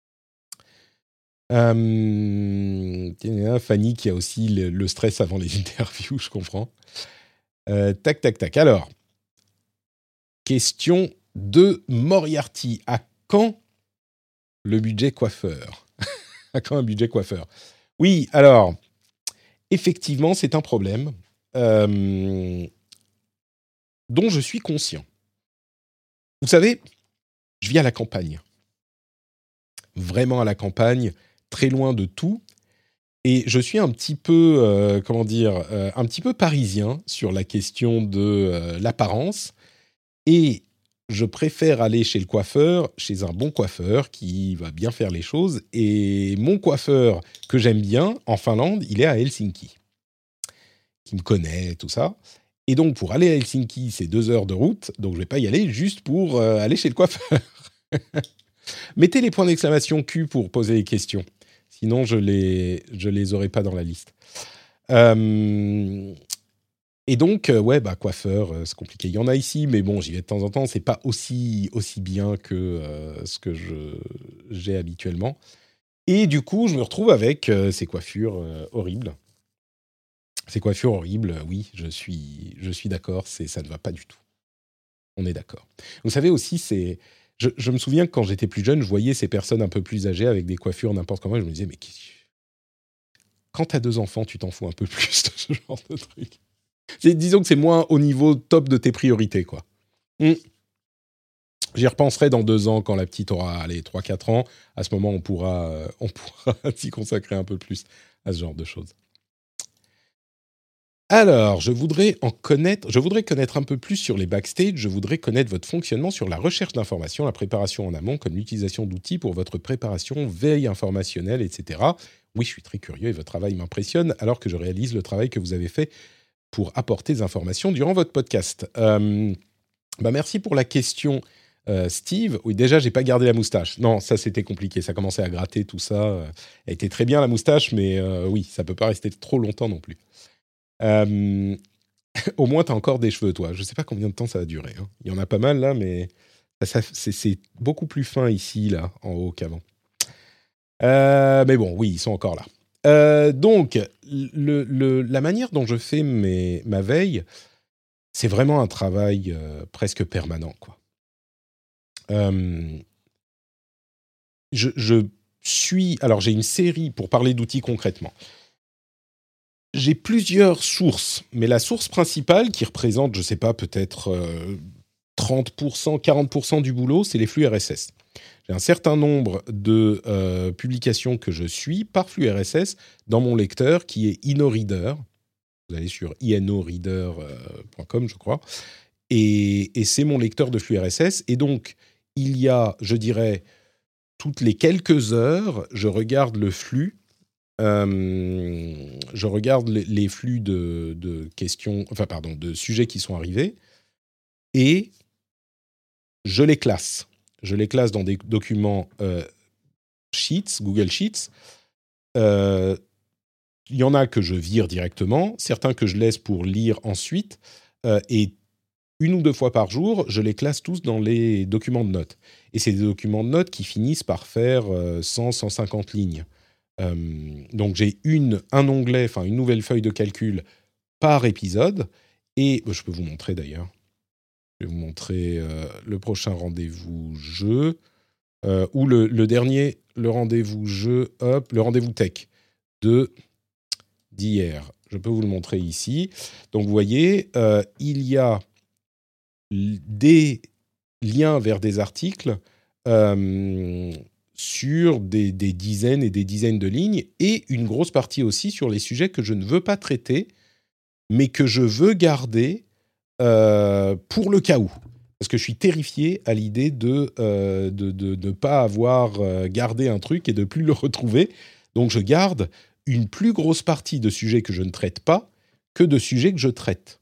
Fanny qui a aussi le stress avant les interviews, je comprends. Tac. Alors, question de Moriarty. À quand le budget coiffeur ? À quand un budget coiffeur ? Oui, alors, effectivement, c'est un problème dont je suis conscient. Vous savez, je vis à la campagne. Vraiment à la campagne, très loin de tout. Et je suis un petit peu, un petit peu parisien sur la question de l'apparence. Et je préfère aller chez le coiffeur, chez un bon coiffeur qui va bien faire les choses. Et mon coiffeur que j'aime bien, en Finlande, il est à Helsinki. qui me connaît, tout ça. Et donc, pour aller à Helsinki, c'est 2 heures de route, donc je vais pas y aller juste pour aller chez le coiffeur. Mettez les points d'exclamation Q pour poser les questions. Sinon, je les aurai pas dans la liste. Et donc, coiffeur, c'est compliqué. Il y en a ici, mais bon, j'y vais de temps en temps. C'est pas aussi bien que ce que j'ai habituellement. Et du coup, je me retrouve avec ces coiffures horribles. Ces coiffures horribles, oui, je suis d'accord, ça ne va pas du tout. On est d'accord. Vous savez aussi, je me souviens que quand j'étais plus jeune, je voyais ces personnes un peu plus âgées avec des coiffures n'importe comment, et je me disais, mais quand t'as 2 enfants, tu t'en fous un peu plus de ce genre de truc. Disons que c'est moins au niveau top de tes priorités, quoi. J'y repenserai dans 2 ans, quand la petite aura 3-4 ans. À ce moment, on pourra s'y consacrer un peu plus à ce genre de choses. Alors, je voudrais connaître un peu plus sur les backstage, je voudrais connaître votre fonctionnement sur la recherche d'informations, la préparation en amont, comme l'utilisation d'outils pour votre préparation, veille informationnelle, etc. Oui, je suis très curieux et votre travail m'impressionne, alors que je réalise le travail que vous avez fait pour apporter des informations durant votre podcast. Merci pour la question, Steve. Oui, déjà, j'ai pas gardé la moustache. Non, ça, c'était compliqué. Ça commençait à gratter, tout ça. Elle était très bien, la moustache, mais oui, ça peut pas rester trop longtemps non plus. Au moins, tu as encore des cheveux, toi. Je ne sais pas combien de temps ça va durer. Hein. Il y en a pas mal, là, mais c'est beaucoup plus fin ici, là, en haut qu'avant. Mais bon, oui, ils sont encore là. Donc, la manière dont je fais ma veille, c'est vraiment un travail presque permanent, quoi. Alors, j'ai une série, pour parler d'outils concrètement. J'ai plusieurs sources, mais la source principale qui représente, je ne sais pas, peut-être 30%, 40% du boulot, c'est les flux RSS. J'ai un certain nombre de publications que je suis par flux RSS dans mon lecteur qui est InnoReader. Vous allez sur inoreader.com, je crois. Et c'est mon lecteur de flux RSS. Et donc, il y a, je dirais, toutes les quelques heures, je regarde le flux. Je regarde les flux de questions, de sujets qui sont arrivés et je les classe. Je les classe dans des documents Sheets, Google Sheets. Il y en a que je vire directement, certains que je laisse pour lire ensuite, et 1 ou 2 fois par jour, je les classe tous dans les documents de notes. Et c'est des documents de notes qui finissent par faire 100-150 lignes. Donc j'ai un onglet, une nouvelle feuille de calcul par épisode, et je peux vous montrer d'ailleurs. Je vais vous montrer le prochain rendez-vous jeu, ou le dernier, le rendez-vous jeu, le rendez-vous tech d'hier. Je peux vous le montrer ici. Donc vous voyez, il y a des liens vers des articles sur des dizaines et des dizaines de lignes, et une grosse partie aussi sur les sujets que je ne veux pas traiter, mais que je veux garder pour le cas où. Parce que je suis terrifié à l'idée de ne pas avoir gardé un truc et de ne plus le retrouver. Donc je garde une plus grosse partie de sujets que je ne traite pas que de sujets que je traite.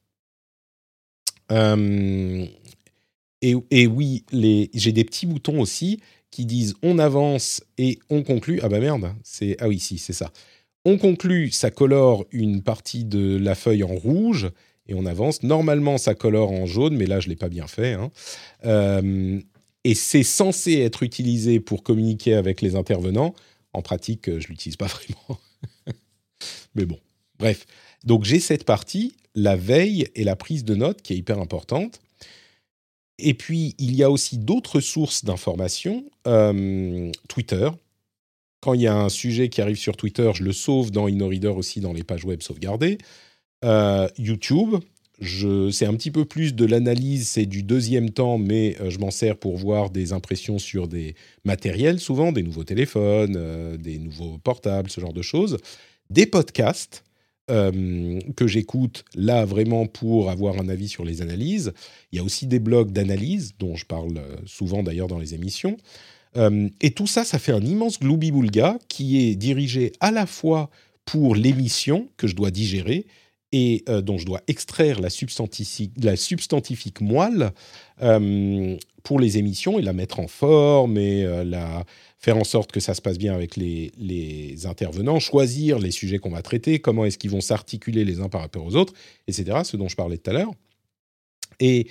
Et oui, j'ai des petits boutons aussi qui disent on avance et on conclut. Ah bah merde, c'est ça. On conclut, ça colore une partie de la feuille en rouge et on avance. Normalement, ça colore en jaune, mais là, je ne l'ai pas bien fait. Hein. Et c'est censé être utilisé pour communiquer avec les intervenants. En pratique, je ne l'utilise pas vraiment. Mais bon, bref. Donc, j'ai cette partie, la veille et la prise de notes, qui est hyper importante. Et puis, il y a aussi d'autres sources d'informations. Twitter. Quand il y a un sujet qui arrive sur Twitter, je le sauve dans InnoReader aussi, dans les pages web sauvegardées. YouTube, c'est un petit peu plus de l'analyse, c'est du deuxième temps, mais je m'en sers pour voir des impressions sur des matériels, souvent des nouveaux téléphones, des nouveaux portables, ce genre de choses. Des podcasts que j'écoute là vraiment pour avoir un avis sur les analyses. Il y a aussi des blogs d'analyse, dont je parle souvent d'ailleurs dans les émissions. Et tout ça, ça fait un immense gloubi-boulga qui est dirigé à la fois pour l'émission que je dois digérer et dont je dois extraire la substantifique moelle pour les émissions et la mettre en forme et faire en sorte que ça se passe bien avec les intervenants, choisir les sujets qu'on va traiter, comment est-ce qu'ils vont s'articuler les uns par rapport aux autres, etc., ce dont je parlais tout à l'heure. Et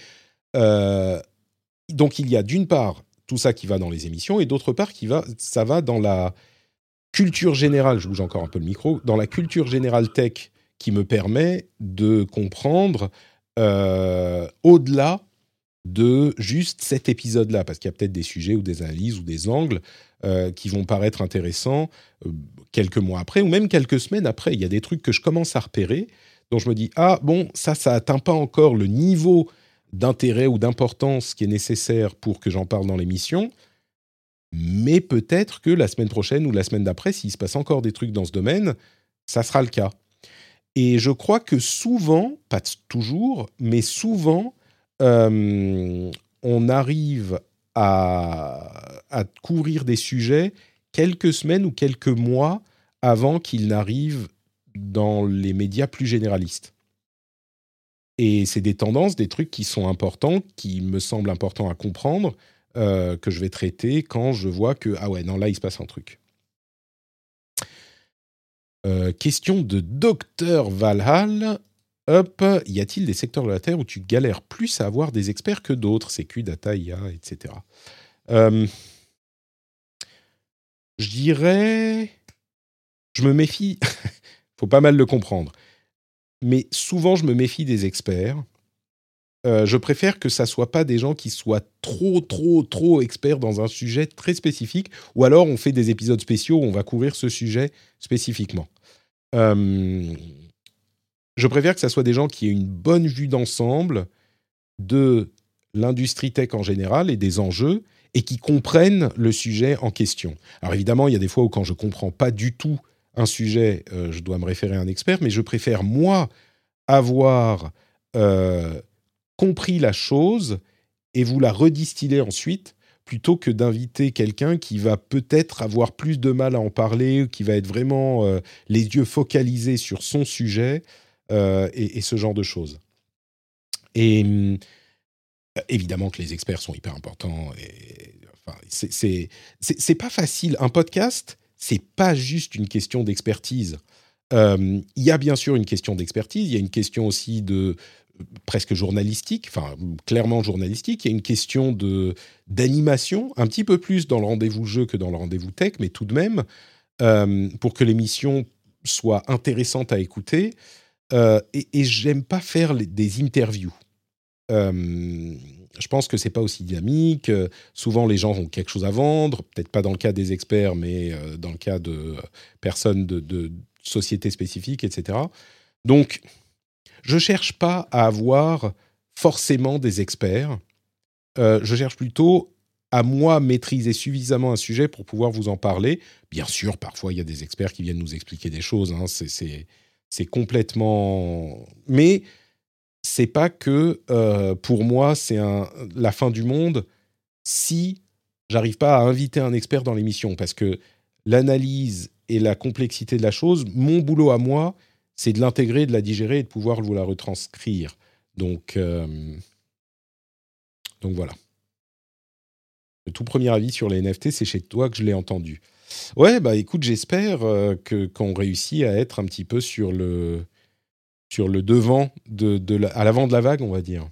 donc, il y a d'une part tout ça qui va dans les émissions et d'autre part, ça va dans la culture générale, je bouge encore un peu le micro, dans la culture générale tech qui me permet de comprendre au-delà de juste cet épisode-là, parce qu'il y a peut-être des sujets ou des analyses ou des angles qui vont paraître intéressants quelques mois après ou même quelques semaines après. Il y a des trucs que je commence à repérer, dont je me dis « Ah bon, ça atteint pas encore le niveau d'intérêt ou d'importance qui est nécessaire pour que j'en parle dans l'émission, mais peut-être que la semaine prochaine ou la semaine d'après, s'il se passe encore des trucs dans ce domaine, ça sera le cas. » Et je crois que souvent, pas toujours, mais souvent, on arrive à couvrir des sujets quelques semaines ou quelques mois avant qu'ils n'arrivent dans les médias plus généralistes. Et c'est des tendances, des trucs qui sont importants, qui me semblent importants à comprendre, que je vais traiter quand je vois que, ah ouais, non, là, il se passe un truc. Question de Docteur Valhall. Hop, y a-t-il des secteurs de la Terre où tu galères plus à avoir des experts que d'autres, sécu, data, IA, etc. Je dirais... Je me méfie... faut pas mal le comprendre. Mais souvent, je me méfie des experts. Je préfère que ça soit pas des gens qui soient trop experts dans un sujet très spécifique, ou alors on fait des épisodes spéciaux où on va couvrir ce sujet spécifiquement. Je préfère que ça soit des gens qui aient une bonne vue d'ensemble de l'industrie tech en général et des enjeux, et qui comprennent le sujet en question. Alors évidemment, il y a des fois où quand je comprends pas du tout un sujet, je dois me référer à un expert, mais je préfère, moi, avoir compris la chose et vous la redistiller ensuite, plutôt que d'inviter quelqu'un qui va peut-être avoir plus de mal à en parler, qui va être vraiment les yeux focalisés sur son sujet, et ce genre de choses. Et évidemment que les experts sont hyper importants. Enfin, c'est pas facile. Un podcast, c'est pas juste une question d'expertise. Il y a bien sûr une question d'expertise, il y a une question aussi de presque journalistique, enfin clairement journalistique, il y a une question d'animation, un petit peu plus dans le rendez-vous jeu que dans le rendez-vous tech, mais tout de même, pour que l'émission soit intéressante à écouter. Et j'aime pas faire des interviews. Je pense que c'est pas aussi dynamique. Souvent, les gens ont quelque chose à vendre. Peut-être pas dans le cas des experts, mais dans le cas de personnes de sociétés spécifiques, etc. Donc, je cherche pas à avoir forcément des experts. Je cherche plutôt à moi maîtriser suffisamment un sujet pour pouvoir vous en parler. Bien sûr, parfois, il y a des experts qui viennent nous expliquer des choses. Hein. C'est complètement... Mais c'est pas que, pour moi, c'est la fin du monde si j'arrive pas à inviter un expert dans l'émission. Parce que l'analyse et la complexité de la chose, mon boulot à moi, c'est de l'intégrer, de la digérer et de pouvoir vous la retranscrire. Donc voilà. Le tout premier avis sur les NFT, c'est chez toi que je l'ai entendu. Ouais, bah écoute, j'espère qu'on réussit à être un petit peu sur le devant, à l'avant de la vague, on va dire.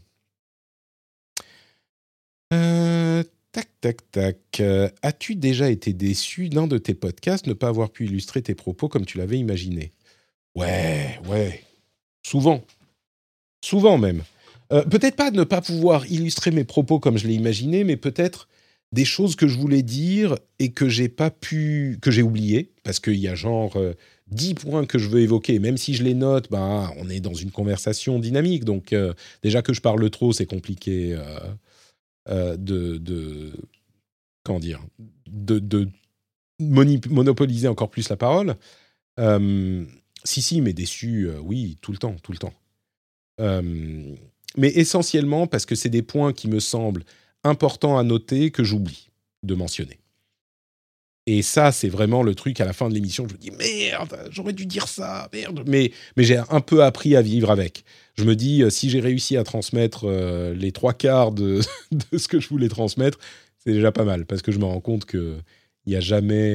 Tac. As-tu déjà été déçu d'un de tes podcasts, ne pas avoir pu illustrer tes propos comme tu l'avais imaginé ? Ouais. Souvent même. Peut-être pas de ne pas pouvoir illustrer mes propos comme je l'ai imaginé, mais peut-être des choses que je voulais dire et que j'ai oublié, parce qu'il y a genre 10 points que je veux évoquer. Même si je les note, ben, on est dans une conversation dynamique. Donc, déjà que je parle trop, c'est compliqué comment dire, de monopoliser encore plus la parole. Si, mais déçu, oui, tout le temps. Mais essentiellement parce que c'est des points qui me semblent importants à noter que j'oublie de mentionner. Et ça, c'est vraiment le truc à la fin de l'émission. Je me dis, merde, j'aurais dû dire ça, merde. Mais j'ai un peu appris à vivre avec. Je me dis, si j'ai réussi à transmettre les 3/4 de ce que je voulais transmettre, c'est déjà pas mal. Parce que je me rends compte qu'il n'y a jamais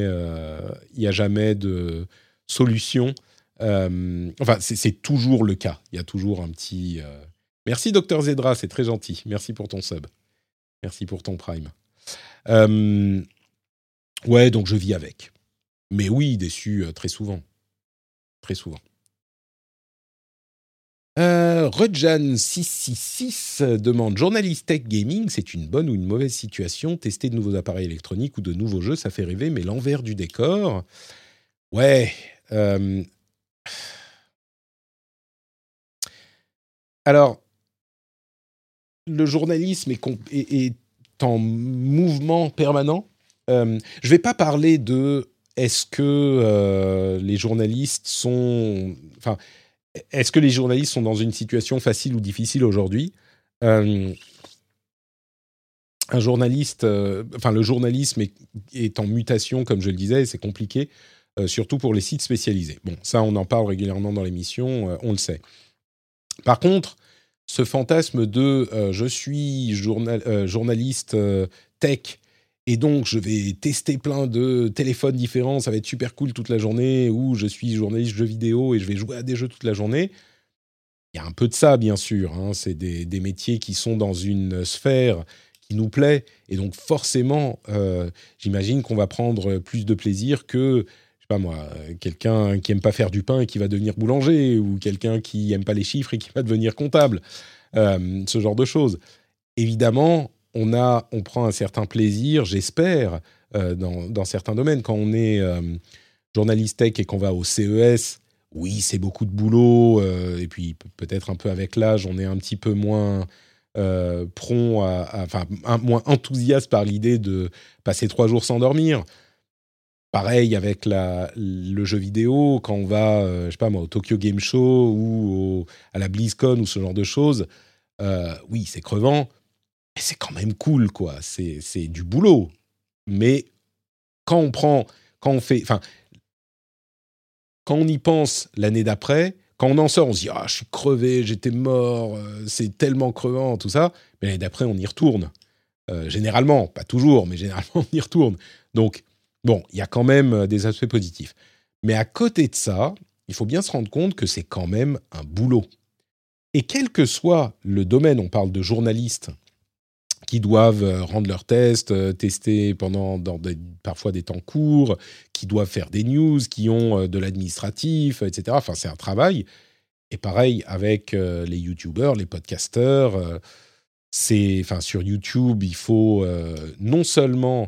de solution. Enfin, c'est toujours le cas. Il y a toujours un petit... Merci, Dr Zedra, c'est très gentil. Merci pour ton sub. Merci pour ton prime. Ouais, donc je vis avec. Mais oui, déçu très souvent. Très souvent. Rudjan666 demande: journaliste tech gaming, c'est une bonne ou une mauvaise situation? Tester de nouveaux appareils électroniques ou de nouveaux jeux, ça fait rêver, mais l'envers du décor... Ouais. Alors, le journalisme est en mouvement permanent. Je ne vais pas parler de est-ce que les journalistes sont... Enfin, est-ce que les journalistes sont dans une situation facile ou difficile aujourd'hui? Un journaliste... Enfin, le journalisme est en mutation, comme je le disais, et c'est compliqué, surtout pour les sites spécialisés. Bon, ça, on en parle régulièrement dans l'émission, on le sait. Par contre, ce fantasme de je suis journaliste tech et donc je vais tester plein de téléphones différents, ça va être super cool toute la journée, ou je suis journaliste jeux vidéo et je vais jouer à des jeux toute la journée. Il y a un peu de ça, bien sûr. Hein. C'est des métiers qui sont dans une sphère qui nous plaît et donc forcément, j'imagine qu'on va prendre plus de plaisir que... Je sais pas moi, quelqu'un qui aime pas faire du pain et qui va devenir boulanger, ou quelqu'un qui aime pas les chiffres et qui va devenir comptable, ce genre de choses. Évidemment, on prend un certain plaisir, j'espère, dans certains domaines. Quand on est journaliste tech et qu'on va au CES, oui, c'est beaucoup de boulot, et puis peut-être un peu avec l'âge, on est un petit peu moins prompt moins enthousiaste par l'idée de passer 3 jours sans dormir. Pareil avec le jeu vidéo, quand on va, je sais pas moi, au Tokyo Game Show ou à la BlizzCon ou ce genre de choses, oui, c'est crevant, mais c'est quand même cool, quoi. C'est du boulot. Mais quand on y pense l'année d'après, quand on en sort, on se dit: ah, je suis crevé, j'étais mort, c'est tellement crevant, tout ça. Mais l'année d'après, on y retourne. Généralement, pas toujours, mais généralement, on y retourne. Donc, bon, il y a quand même des aspects positifs. Mais à côté de ça, il faut bien se rendre compte que c'est quand même un boulot. Et quel que soit le domaine, on parle de journalistes qui doivent rendre leurs tests, tester parfois des temps courts, qui doivent faire des news, qui ont de l'administratif, etc. Enfin, c'est un travail. Et pareil avec les youtubeurs, les podcasteurs. Sur YouTube, il faut non seulement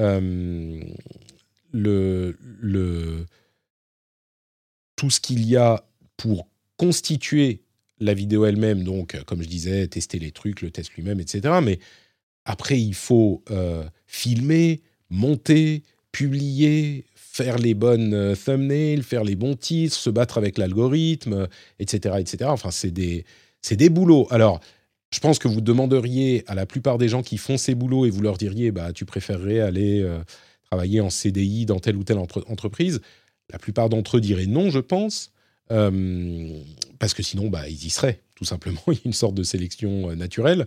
tout ce qu'il y a pour constituer la vidéo elle-même, donc comme je disais, tester les trucs, le test lui-même, etc. Mais après, il faut filmer, monter, publier, faire les bonnes thumbnails, faire les bons titres, se battre avec l'algorithme, etc., etc. Enfin, c'est des boulots. Alors, je pense que vous demanderiez à la plupart des gens qui font ces boulots et vous leur diriez, bah, tu préférerais aller travailler en CDI dans telle ou telle entreprise. La plupart d'entre eux diraient non, je pense, parce que sinon, bah, ils y seraient, tout simplement. Il y a une sorte de sélection naturelle.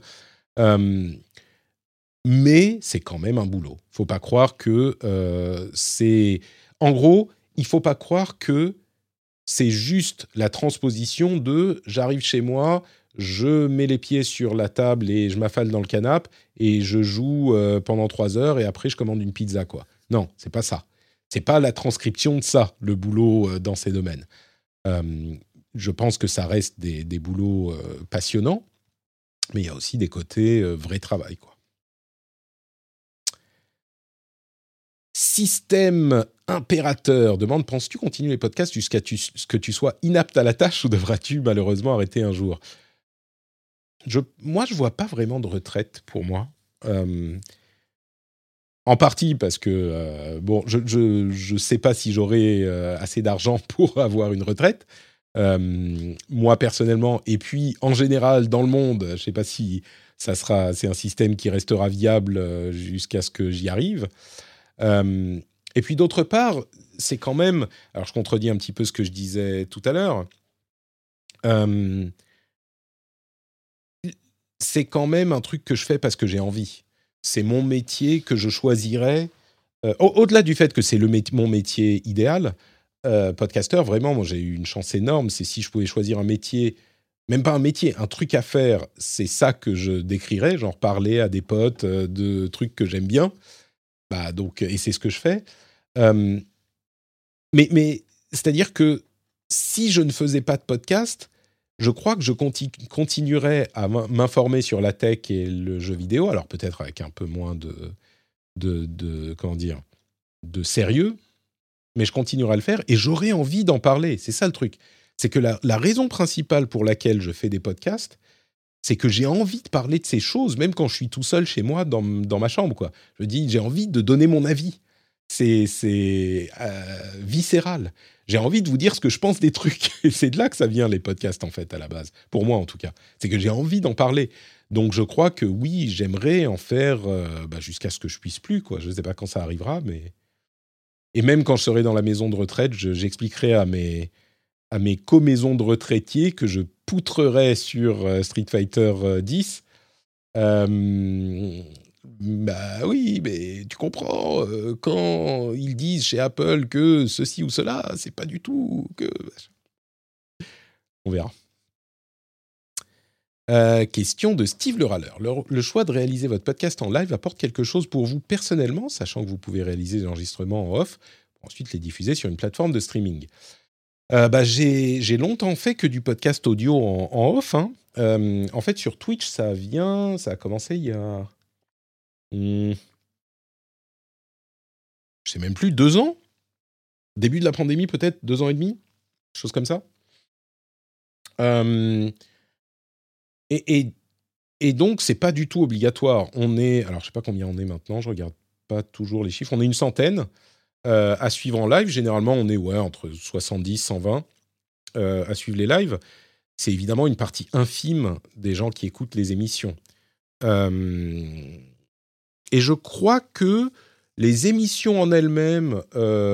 Mais c'est quand même un boulot. Faut pas croire que c'est... En gros, il faut pas croire que c'est juste la transposition de « j'arrive chez moi ». Je mets les pieds sur la table et je m'affale dans le canapé et je joue pendant 3 heures et après je commande une pizza, quoi. Non, c'est pas ça. C'est pas la transcription de ça, le boulot dans ces domaines. Je pense que ça reste des boulots passionnants, mais il y a aussi des côtés vrai travail, quoi. Système impérateur demande: penses-tu continuer les podcasts jusqu'à ce que tu sois inapte à la tâche ou devras-tu malheureusement arrêter un jour? Moi, je vois pas vraiment de retraite pour moi. En partie parce que, je sais pas si j'aurai assez d'argent pour avoir une retraite. Moi, personnellement, et puis en général, dans le monde, je sais pas si c'est un système qui restera viable jusqu'à ce que j'y arrive. et puis d'autre part, c'est quand même... Alors je contredis un petit peu ce que je disais tout à l'heure. C'est quand même un truc que je fais parce que j'ai envie. C'est mon métier que je choisirais. Au-delà du fait que c'est mon métier idéal, podcasteur, vraiment, moi j'ai eu une chance énorme. C'est si je pouvais choisir un métier, même pas un métier, un truc à faire, c'est ça que je décrirais, genre parler à des potes de trucs que j'aime bien. Bah, donc, et c'est ce que je fais. Euh, mais c'est-à-dire que si je ne faisais pas de podcast, je crois que je continuerais à m'informer sur la tech et le jeu vidéo, alors peut-être avec un peu moins comment dire, de sérieux, mais je continuerai à le faire et j'aurai envie d'en parler. C'est ça le truc. C'est que la raison principale pour laquelle je fais des podcasts, c'est que j'ai envie de parler de ces choses, même quand je suis tout seul chez moi dans ma chambre, quoi. Je dis, j'ai envie de donner mon avis. C'est viscéral. J'ai envie de vous dire ce que je pense des trucs. Et c'est de là que ça vient, les podcasts, en fait, à la base. Pour moi, en tout cas. C'est que j'ai envie d'en parler. Donc, je crois que oui, j'aimerais en faire jusqu'à ce que je puisse plus, quoi. Je ne sais pas quand ça arrivera, mais... Et même quand je serai dans la maison de retraite, j'expliquerai à mes co-maisons de retraitiers que je poutrerai sur Street Fighter X. Bah oui, mais tu comprends, quand ils disent chez Apple que ceci ou cela, c'est pas du tout que... On verra. Question de Steve le Râleur. Le choix de réaliser votre podcast en live apporte quelque chose pour vous personnellement, sachant que vous pouvez réaliser des enregistrements en off, pour ensuite les diffuser sur une plateforme de streaming. J'ai longtemps fait que du podcast audio en off. Hein. En fait, sur Twitch, ça a commencé il y a... je sais même plus, 2 ans. Début de la pandémie, peut-être 2 ans et demi, chose comme ça. Et donc, c'est pas du tout obligatoire. Alors je sais pas combien on est maintenant, je regarde pas toujours les chiffres. On est une centaine à suivre en live. Généralement, on est entre 70 120 à suivre les lives. C'est évidemment une partie infime des gens qui écoutent les émissions. Et je crois que les émissions en elles-mêmes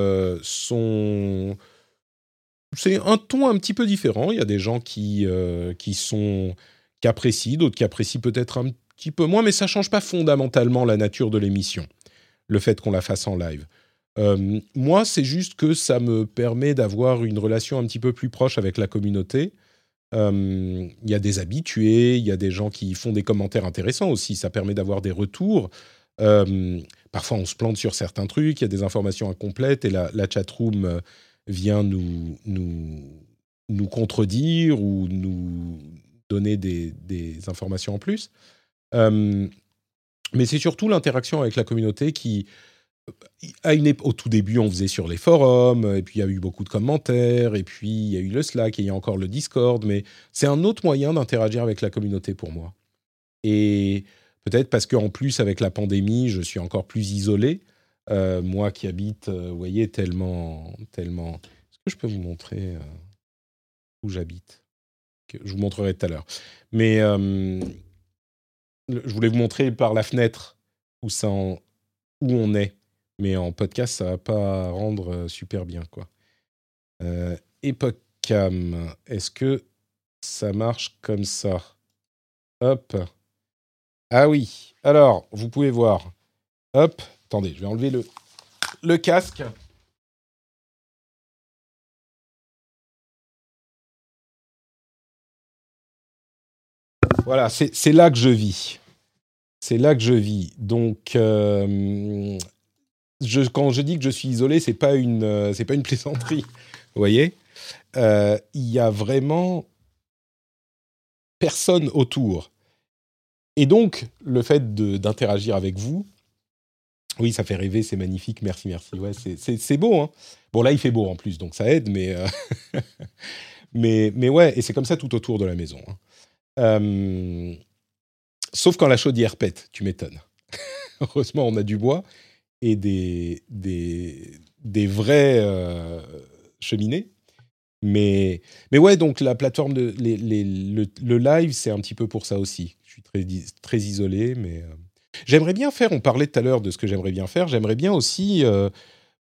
c'est un ton un petit peu différent. Il y a des gens qui apprécient, d'autres qui apprécient peut-être un petit peu moins, mais ça ne change pas fondamentalement la nature de l'émission, le fait qu'on la fasse en live. Moi, c'est juste que ça me permet d'avoir une relation un petit peu plus proche avec la communauté. Il y a des habitués, il y a des gens qui font des commentaires intéressants aussi, ça permet d'avoir des retours. Parfois, on se plante sur certains trucs, il y a des informations incomplètes et la chatroom vient nous contredire ou nous donner des informations en plus. Mais c'est surtout l'interaction avec la communauté qui... Au tout début, on faisait sur les forums, et puis il y a eu beaucoup de commentaires, et puis il y a eu le Slack, et il y a encore le Discord, mais c'est un autre moyen d'interagir avec la communauté pour moi. Et peut-être parce qu'en plus, avec la pandémie, je suis encore plus isolé. Moi qui habite, vous voyez, tellement... Est-ce que je peux vous montrer où j'habite ? Je vous montrerai tout à l'heure. Mais je voulais vous montrer par la fenêtre où on est. Mais en podcast, ça ne va pas rendre super bien, quoi. Epoch Cam, est-ce que ça marche comme ça ? Hop. Ah oui. Alors, vous pouvez voir. Hop. Attendez, je vais enlever le casque. Voilà, c'est là que je vis. C'est là que je vis. Donc, quand je dis que je suis isolé, c'est pas une plaisanterie. Vous voyez, il y a vraiment personne autour. Et donc, le fait d'interagir avec vous, oui, ça fait rêver, c'est magnifique, merci. Ouais, c'est beau, hein. Bon, là, il fait beau en plus, donc ça aide, mais ouais, et c'est comme ça tout autour de la maison. Hein. Sauf quand la chaudière pète, tu m'étonnes. Heureusement, on a du bois et des vraies cheminées. Mais ouais, donc la plateforme, le live, c'est un petit peu pour ça aussi. Je suis très isolé, mais j'aimerais bien faire, on parlait tout à l'heure de ce que j'aimerais bien faire, j'aimerais bien aussi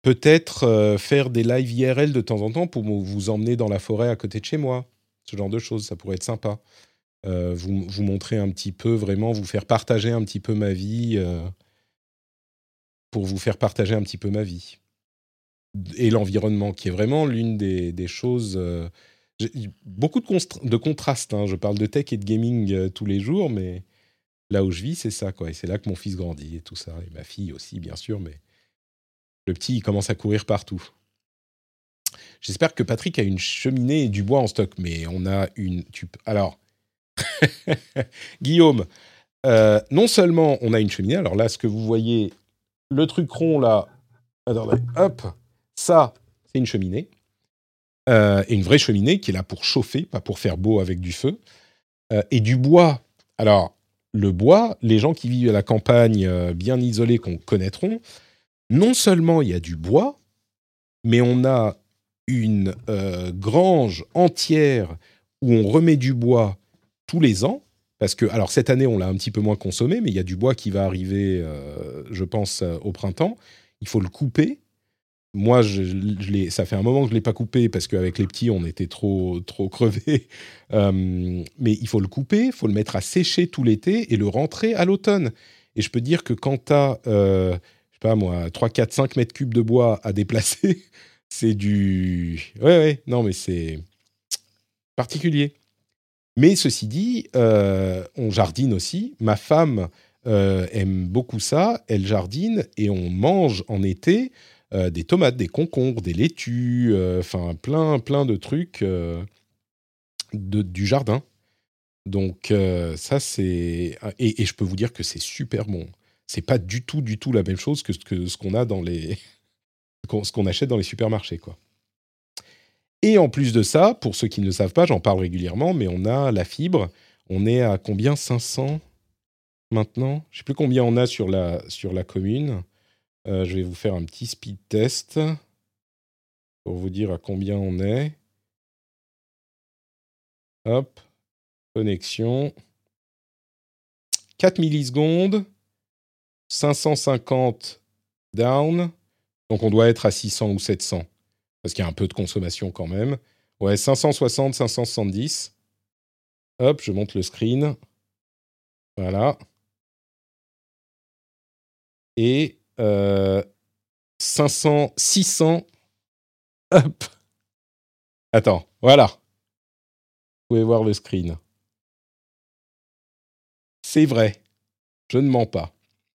peut-être faire des lives IRL de temps en temps pour vous emmener dans la forêt à côté de chez moi. Ce genre de choses, ça pourrait être sympa. Vous montrer un petit peu, vraiment, vous faire partager un petit peu ma vie, pour vous faire partager un petit peu ma vie. Et l'environnement, qui est vraiment l'une des choses... beaucoup de contrastes, hein. Je parle de tech et de gaming tous les jours, mais là où je vis, c'est ça, quoi. Et c'est là que mon fils grandit et tout ça. Et ma fille aussi, bien sûr, mais le petit, il commence à courir partout. J'espère que Patrick a une cheminée et du bois en stock, mais on a une... Alors, Guillaume, non seulement on a une cheminée, alors là, ce que vous voyez, le truc rond là, attendez, hop, ça, c'est une cheminée. Et une vraie cheminée qui est là pour chauffer, pas pour faire beau avec du feu. Et du bois. Alors, le bois, les gens qui vivent à la campagne bien isolés qu'on connaîtront, non seulement il y a du bois, mais on a une grange entière où on remet du bois tous les ans. Parce que, alors cette année, on l'a un petit peu moins consommé, mais il y a du bois qui va arriver, je pense, au printemps. Il faut le couper. Moi, ça fait un moment que je ne l'ai pas coupé parce qu'avec les petits, on était trop crevés. Mais il faut le couper, il faut le mettre à sécher tout l'été et le rentrer à l'automne. Et je peux dire que quand tu as, je sais pas moi, 3, 4, 5 mètres cubes de bois à déplacer, c'est du... Ouais, non, mais c'est particulier. Mais ceci dit, on jardine aussi. Ma femme aime beaucoup ça. Elle jardine et on mange en été des tomates, des concombres, des laitues, enfin plein de trucs du jardin. Donc ça c'est... Et je peux vous dire que c'est super bon. C'est pas du tout la même chose que ce qu'on a dans les... ce qu'on achète dans les supermarchés, quoi. Et en plus de ça, pour ceux qui ne le savent pas, j'en parle régulièrement, mais on a la fibre. On est à combien? 500 maintenant? Je ne sais plus combien on a sur la commune. Je vais vous faire un petit speed test pour vous dire à combien on est. Hop, connexion. 4 millisecondes, 550 down. Donc on doit être à 600 ou 700, parce qu'il y a un peu de consommation quand même. Ouais, 560, 570. Hop, je monte le screen. Voilà. Et 500, 600. Hop. Attends, voilà. Vous pouvez voir le screen. C'est vrai. Je ne mens pas.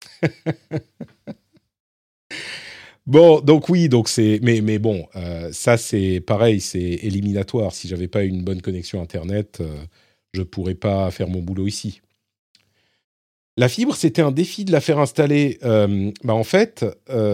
Bon, donc oui, donc c'est... Mais bon, ça c'est pareil, c'est éliminatoire. Si j'avais pas une bonne connexion Internet, je pourrais pas faire mon boulot ici. La fibre, c'était un défi de la faire installer. En fait,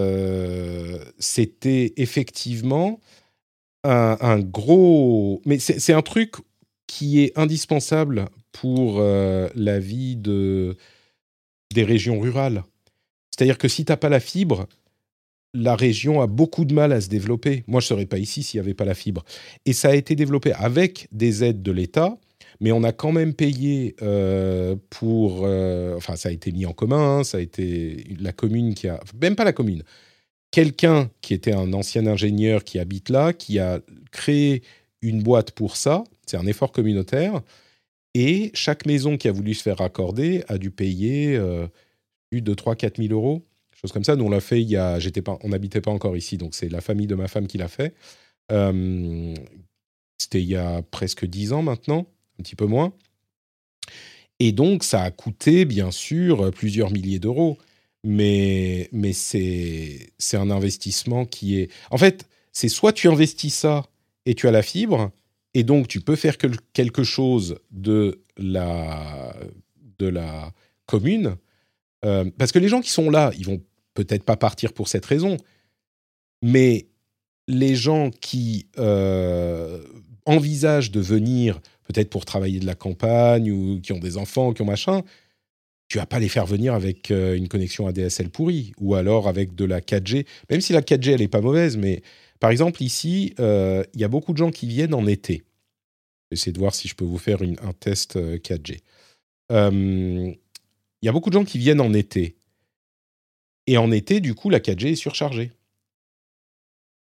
c'était effectivement un gros... Mais c'est un truc qui est indispensable pour la vie des régions rurales. C'est-à-dire que si tu n'as pas la fibre, la région a beaucoup de mal à se développer. Moi, je ne serais pas ici s'il n'y avait pas la fibre. Et ça a été développé avec des aides de l'État, mais on a quand même payé pour... Enfin, ça a été mis en commun, hein, ça a été la commune qui a... Même pas la commune. Quelqu'un qui était un ancien ingénieur qui habite là, qui a créé une boîte pour ça. C'est un effort communautaire. Et chaque maison qui a voulu se faire raccorder a dû payer plus de 3 000 à 4 000 euros. Chose comme ça. Nous, on l'a fait on n'habitait pas encore ici, donc c'est la famille de ma femme qui l'a fait. C'était il y a presque 10 ans maintenant, un petit peu moins. Et donc, ça a coûté, bien sûr, plusieurs milliers d'euros. Mais c'est un investissement qui est... En fait, c'est soit tu investis ça et tu as la fibre, et donc tu peux faire quelque chose de la commune, parce que les gens qui sont là, ils vont peut-être pas partir pour cette raison, mais les gens qui envisagent de venir peut-être pour travailler de la campagne ou qui ont des enfants, qui ont machin, tu vas pas les faire venir avec une connexion ADSL pourrie ou alors avec de la 4G, même si la 4G elle est pas mauvaise, mais par exemple ici, il y a beaucoup de gens qui viennent en été. J'essaie de voir si je peux vous faire un test 4G. Il y a beaucoup de gens qui viennent en été. Et en été, du coup, la 4G est surchargée.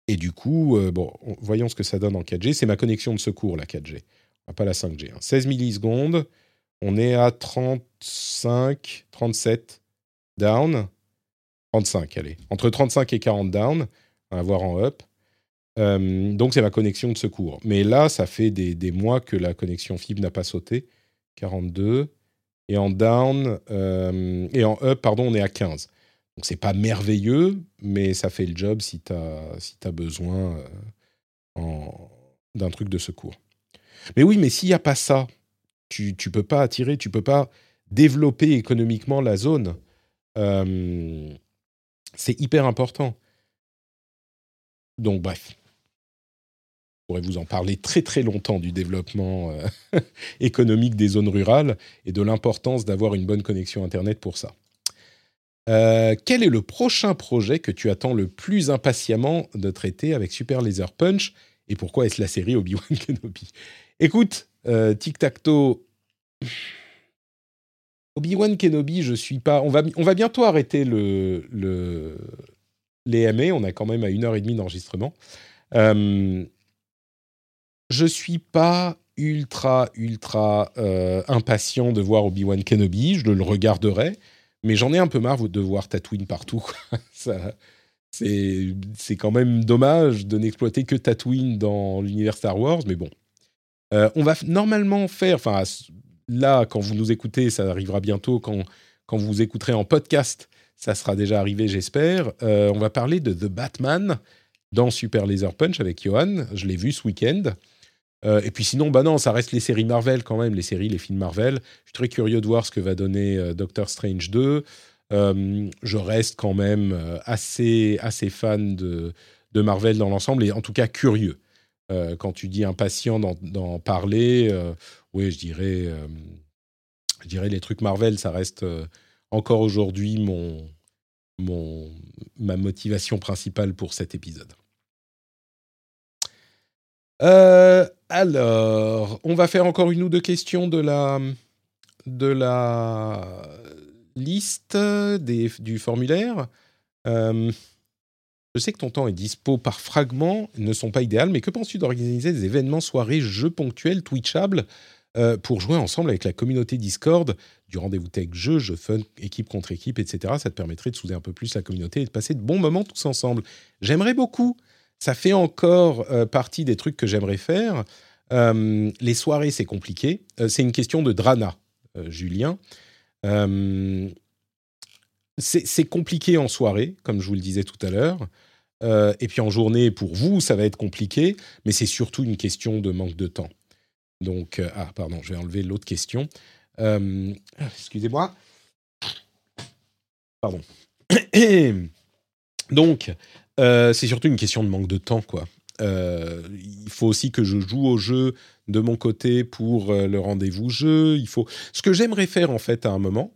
Et du coup, voyons ce que ça donne en 4G. C'est ma connexion de secours, la 4G. Pas la 5G. 16 millisecondes. On est à 35, 37 down. 35, allez. Entre 35 et 40 down, à voir en up. Donc, c'est ma connexion de secours. Mais là, ça fait des mois que la connexion fibre n'a pas sauté. 42. Et en down, et en up, pardon, on est à 15. Donc, c'est pas merveilleux, mais ça fait le job si tu as besoin d'un truc de secours. Mais oui, mais s'il n'y a pas ça, tu peux pas attirer, tu peux pas développer économiquement la zone. C'est hyper important. Donc, bref. Je pourrais vous en parler très très longtemps du développement économique des zones rurales et de l'importance d'avoir une bonne connexion Internet pour ça. Quel est le prochain projet que tu attends le plus impatiemment de traiter avec Super Laser Punch et pourquoi est-ce la série Obi-Wan Kenobi? Écoute, tic-tac-toe, Obi-Wan Kenobi, je suis pas... On va bientôt arrêter les MA, on a quand même à 1h30 d'enregistrement. Je suis pas ultra impatient de voir Obi-Wan Kenobi, je le regarderai, mais j'en ai un peu marre de voir Tatooine partout, quoi. Ça, c'est quand même dommage de n'exploiter que Tatooine dans l'univers Star Wars, mais bon. On va normalement faire, enfin là, quand vous nous écoutez, ça arrivera bientôt, quand vous écouterez en podcast, ça sera déjà arrivé, j'espère. On va parler de The Batman dans Super Laser Punch avec Johan, je l'ai vu ce week-end. Et puis sinon, non, ça reste les séries Marvel quand même, les films Marvel. Je suis très curieux de voir ce que va donner Doctor Strange 2. Je reste quand même assez fan de Marvel dans l'ensemble, et en tout cas curieux. Quand tu dis impatient d'en parler, oui, je dirais les trucs Marvel, ça reste encore aujourd'hui ma motivation principale pour cet épisode. Alors, on va faire encore une ou deux questions de la liste du formulaire. Je sais que ton temps est dispo par fragments, ne sont pas idéales, mais que penses-tu d'organiser des événements, soirées, jeux ponctuels, twitchables pour jouer ensemble avec la communauté Discord, du rendez-vous tech, jeux fun, équipe contre équipe, etc. Ça te permettrait de souder un peu plus la communauté et de passer de bons moments tous ensemble. J'aimerais beaucoup. Ça fait encore partie des trucs que j'aimerais faire. Les soirées, c'est compliqué. C'est une question de Drana, Julien. C'est compliqué en soirée, comme je vous le disais tout à l'heure. Et puis en journée, pour vous, ça va être compliqué. Mais c'est surtout une question de manque de temps. Donc, pardon, je vais enlever l'autre question. Excusez-moi. Pardon. Donc, c'est surtout une question de manque de temps, quoi. Il faut aussi que je joue au jeu de mon côté pour le rendez-vous jeu. Ce que j'aimerais faire en fait à un moment,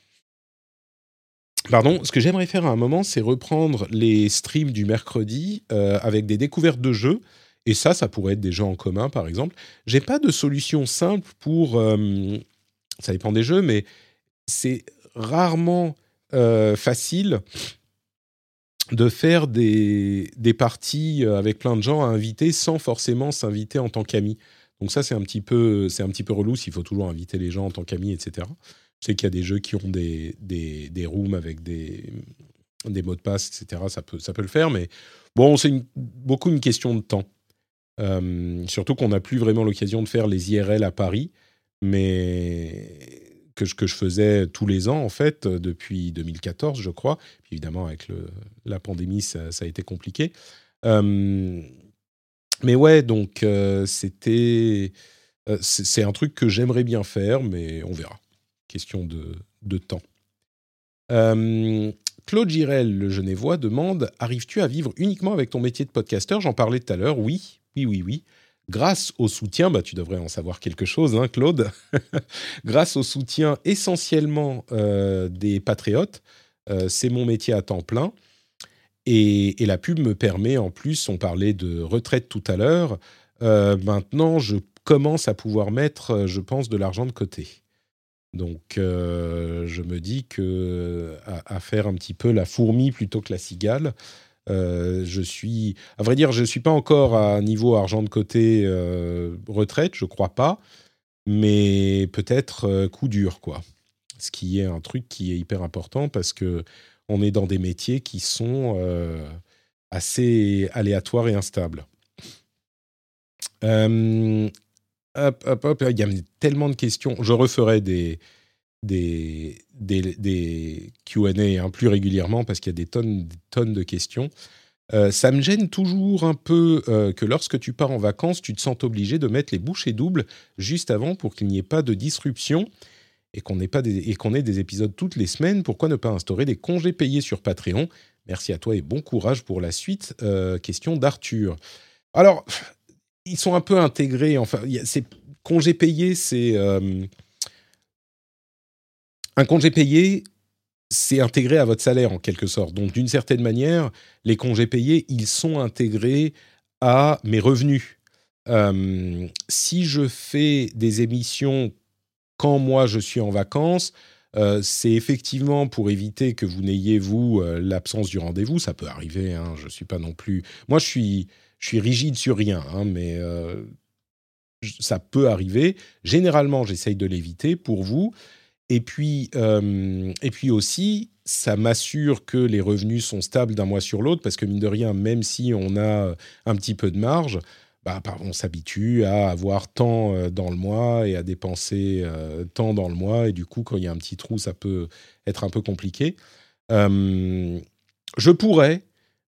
c'est reprendre les streams du mercredi avec des découvertes de jeux. Et ça pourrait être des jeux en commun, par exemple. J'ai pas de solution simple pour... ça dépend des jeux, mais c'est rarement facile de faire des parties avec plein de gens à inviter sans forcément s'inviter en tant qu'ami. Donc ça, c'est un petit peu relou s'il faut toujours inviter les gens en tant qu'amis, etc. Je sais qu'il y a des jeux qui ont des rooms avec des mots de passe, etc. Ça peut le faire, mais bon, c'est beaucoup une question de temps. Surtout qu'on n'a plus vraiment l'occasion de faire les IRL à Paris, mais que je faisais tous les ans, en fait, depuis 2014, je crois. Puis évidemment, avec la pandémie, ça a été compliqué. Mais ouais, donc c'est un truc que j'aimerais bien faire, mais on verra. Question de temps. Claude Girel, le Genevois, demande « Arrives-tu à vivre uniquement avec ton métier de podcasteur ?» J'en parlais tout à l'heure, oui. Grâce au soutien, tu devrais en savoir quelque chose, hein, Claude. Grâce au soutien essentiellement des patriotes, c'est mon métier à temps plein. Et la pub me permet, en plus, on parlait de retraite tout à l'heure, maintenant je commence à pouvoir mettre, je pense, de l'argent de côté. Donc je me dis que à faire un petit peu la fourmi plutôt que la cigale, À vrai dire, je suis pas encore à un niveau argent de côté retraite, je crois pas, mais peut-être coup dur, quoi. Ce qui est un truc qui est hyper important parce que on est dans des métiers qui sont assez aléatoires et instables. Euh, hop, hop, hop, il y a tellement de questions. Je referai des Q&A hein, plus régulièrement parce qu'il y a des tonnes de questions. Ça me gêne toujours un peu que lorsque tu pars en vacances, tu te sens obligé de mettre les bouchées doubles juste avant pour qu'il n'y ait pas de disruption et qu'on ait des épisodes toutes les semaines. Pourquoi ne pas instaurer des congés payés sur Patreon? Merci à toi et bon courage pour la suite. Question d'Arthur. Alors, ils sont un peu intégrés. Enfin, ces congés payés, c'est un congé payé, c'est intégré à votre salaire en quelque sorte. Donc, d'une certaine manière, les congés payés, ils sont intégrés à mes revenus. Si je fais des émissions quand moi je suis en vacances, c'est effectivement pour éviter que vous n'ayez, vous, l'absence du rendez-vous. Ça peut arriver, hein, je ne suis pas non plus... Moi, je suis rigide sur rien, hein, mais ça peut arriver. Généralement, j'essaye de l'éviter pour vous. Et puis aussi, ça m'assure que les revenus sont stables d'un mois sur l'autre, parce que mine de rien, même si on a un petit peu de marge, bah, on s'habitue à avoir tant dans le mois et à dépenser tant dans le mois. Et du coup, quand il y a un petit trou, ça peut être un peu compliqué. Je pourrais,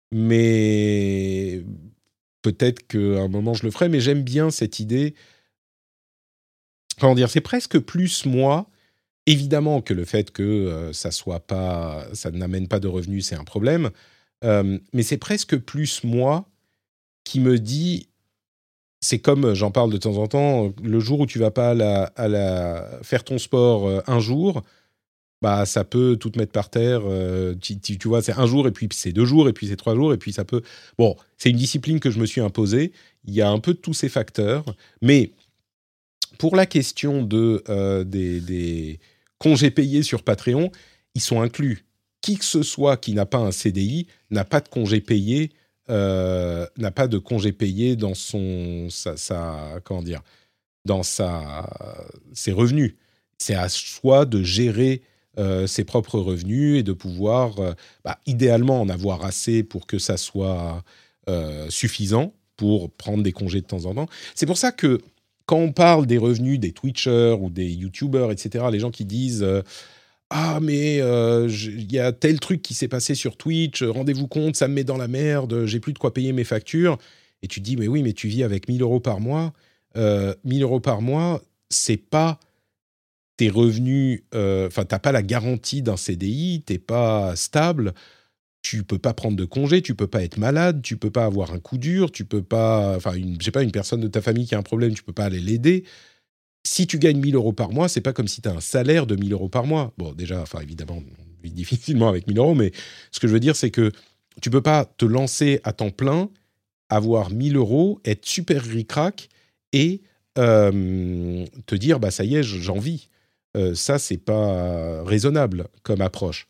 mais peut-être qu'à un moment, je le ferai. Mais j'aime bien cette idée. Comment dire, c'est presque plus moi. Évidemment que le fait que ça n'amène pas de revenus, c'est un problème. Mais c'est presque plus moi qui me dit, c'est comme j'en parle de temps en temps, le jour où tu vas pas faire ton sport un jour, bah ça peut tout te mettre par terre. Tu vois, c'est un jour et puis c'est 2 jours et puis c'est 3 jours et puis ça peut. Bon, c'est une discipline que je me suis imposée. Il y a un peu de tous ces facteurs, mais pour la question des congés payés sur Patreon, ils sont inclus. Qui que ce soit qui n'a pas un CDI n'a pas de congé payé, n'a pas de congé payé dans comment dire, dans ses revenus. C'est à soi de gérer ses propres revenus et de pouvoir, idéalement, en avoir assez pour que ça soit suffisant pour prendre des congés de temps en temps. C'est pour ça que quand on parle des revenus des Twitchers ou des YouTubers, etc., les gens qui disent ah, mais il y a tel truc qui s'est passé sur Twitch, rendez-vous compte, ça me met dans la merde, j'ai plus de quoi payer mes factures. Et tu te dis, mais oui, mais tu vis avec 1 000 euros par mois. 1 000 euros par mois, c'est pas tes revenus, t'as pas la garantie d'un CDI, t'es pas stable, tu peux pas prendre de congé, tu peux pas être malade, tu peux pas avoir un coup dur, tu peux pas, je sais pas, une personne de ta famille qui a un problème, tu peux pas aller l'aider. Si tu gagnes 1 000 euros par mois, c'est pas comme si tu as un salaire de 1 000 euros par mois. Bon, déjà, évidemment, on vit difficilement avec 1 000 euros, mais ce que je veux dire, c'est que tu peux pas te lancer à temps plein, avoir 1 000 euros, être super ric-rac et te dire, bah ça y est, j'en vis. Ça, c'est pas raisonnable comme approche.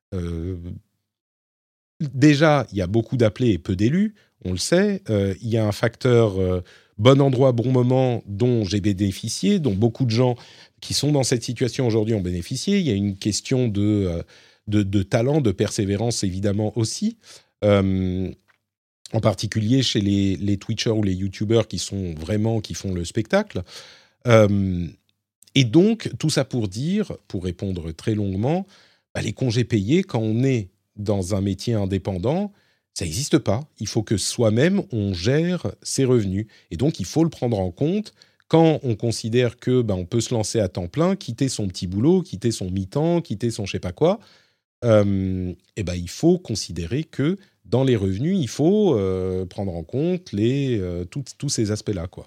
Déjà, il y a beaucoup d'appelés et peu d'élus, on le sait. Il y a un facteur bon endroit, bon moment dont j'ai bénéficié, dont beaucoup de gens qui sont dans cette situation aujourd'hui ont bénéficié. Il y a une question de talent, de persévérance évidemment aussi. En particulier chez les Twitchers ou les YouTubers qui font le spectacle. Et donc, tout ça pour dire, pour répondre très longuement, les congés payés, quand on est dans un métier indépendant, ça n'existe pas. Il faut que soi-même, on gère ses revenus. Et donc, il faut le prendre en compte quand on considère que on peut se lancer à temps plein, quitter son petit boulot, quitter son mi-temps, quitter son je sais pas quoi. Il faut considérer que dans les revenus, il faut prendre en compte tous ces aspects-là, quoi.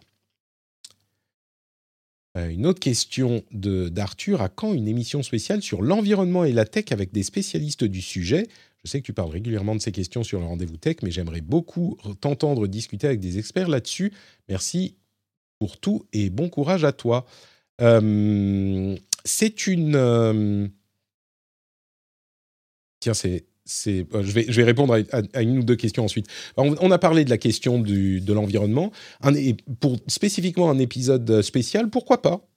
Une autre question d'Arthur. À quand une émission spéciale sur l'environnement et la tech avec des spécialistes du sujet? Je sais que tu parles régulièrement de ces questions sur le rendez-vous tech, mais j'aimerais beaucoup t'entendre discuter avec des experts là-dessus. Merci pour tout et bon courage à toi. C'est une... Tiens, c'est je vais répondre à une ou deux questions ensuite. On a parlé de la question de l'environnement. Pour spécifiquement un épisode spécial, pourquoi pas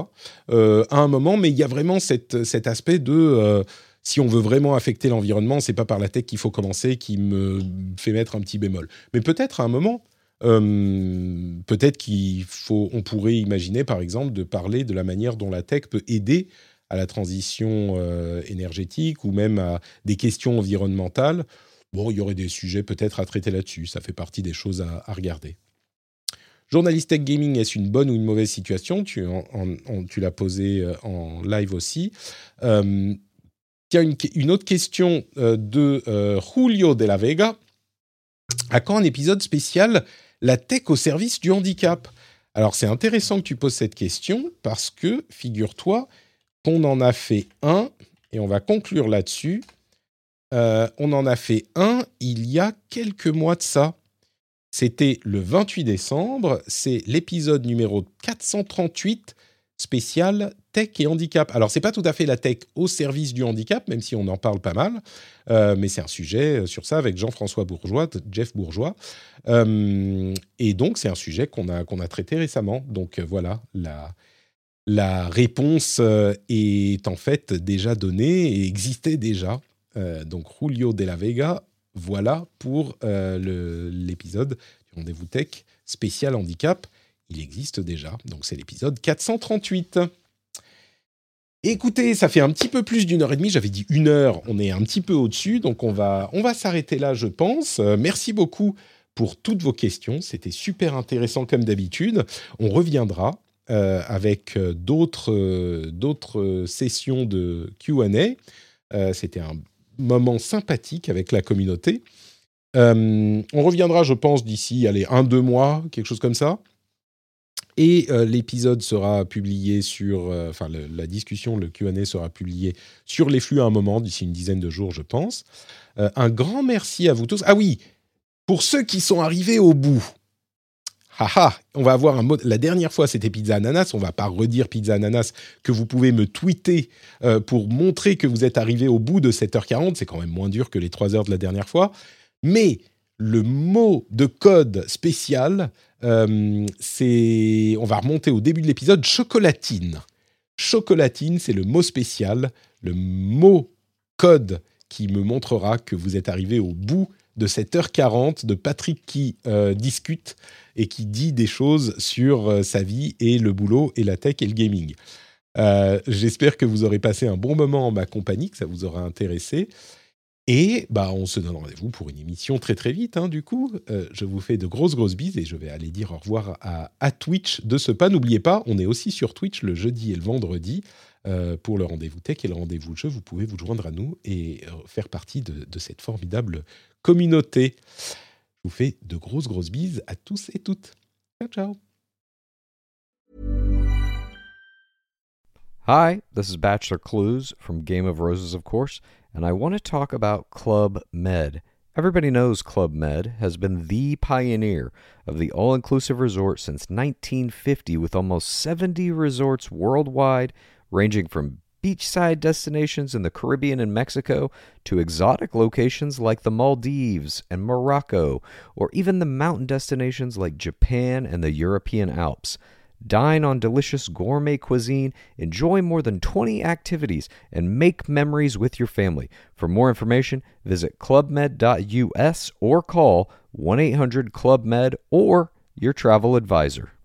à un moment, mais il y a vraiment cet aspect de... si on veut vraiment affecter l'environnement, c'est pas par la tech qu'il faut commencer, qui me fait mettre un petit bémol. Mais peut-être à un moment... peut-être on pourrait imaginer, par exemple, de parler de la manière dont la tech peut aider à la transition énergétique ou même à des questions environnementales. Bon, il y aurait des sujets peut-être à traiter là-dessus. Ça fait partie des choses à regarder. Journaliste Tech Gaming, est-ce une bonne ou une mauvaise situation ? Tu l'as posé en live aussi. Tiens, une autre question de Julio de la Vega. À quand un épisode spécial la tech au service du handicap ? Alors, c'est intéressant que tu poses cette question parce que, figure-toi, qu'on en a fait un, et on va conclure là-dessus. On en a fait un il y a quelques mois de ça. C'était le 28 décembre. C'est l'épisode numéro 438, spécial tech et handicap. Alors, c'est pas tout à fait la tech au service du handicap, même si on en parle pas mal, mais c'est un sujet sur ça avec Jean-François Bourgeois, Jeff Bourgeois. Et donc, c'est un sujet qu'on a traité récemment. Donc, voilà, la réponse est en fait déjà donnée et existait déjà. Donc, Julio de la Vega, voilà pour l'épisode du Rendez-vous Tech spécial handicap. Il existe déjà, donc c'est l'épisode 438. Écoutez, ça fait un petit peu plus d'une heure et demie, j'avais dit 1 heure, on est un petit peu au-dessus, donc on va s'arrêter là, je pense. Merci beaucoup pour toutes vos questions, c'était super intéressant comme d'habitude. On reviendra avec d'autres sessions de Q&A. C'était un moment sympathique avec la communauté. On reviendra, je pense, d'ici 1-2 mois, quelque chose comme ça. Et l'épisode sera publié sur... la discussion, le Q&A sera publié sur les flux à un moment, d'ici une dizaine de jours, je pense. Un grand merci à vous tous. Ah oui, pour ceux qui sont arrivés au bout, on va avoir un mot. La dernière fois, c'était Pizza Ananas. On ne va pas redire Pizza Ananas, que vous pouvez me tweeter pour montrer que vous êtes arrivé au bout de 7h40. C'est quand même moins dur que les 3 heures de la dernière fois. Mais le mot de code spécial, on va remonter au début de l'épisode, chocolatine. Chocolatine, c'est le mot spécial, le mot code qui me montrera que vous êtes arrivé au bout de cette heure 40 de Patrick qui discute et qui dit des choses sur sa vie et le boulot et la tech et le gaming. J'espère que vous aurez passé un bon moment en ma compagnie, que ça vous aura intéressé. Et on se donne rendez-vous pour une émission très très vite. Du coup, je vous fais de grosses bises et je vais aller dire au revoir à Twitch de ce pas. N'oubliez pas, on est aussi sur Twitch le jeudi et le vendredi pour le rendez-vous tech et le rendez-vous jeu. Vous pouvez vous joindre à nous et faire partie de cette formidable communauté. Je vous fais de grosses bises à tous et toutes. Ciao, ciao. Hi, this is Bachelor Clues from Game of Roses, of course, and I want to talk about Club Med. Everybody knows Club Med has been the pioneer of the all-inclusive resort since 1950, with almost 70 resorts worldwide, ranging from beachside destinations in the Caribbean and Mexico to exotic locations like the Maldives and Morocco, or even the mountain destinations like Japan and the European Alps. Dine on delicious gourmet cuisine, enjoy more than 20 activities, and make memories with your family. For more information, visit clubmed.us or call 1-800-CLUB-MED or your travel advisor.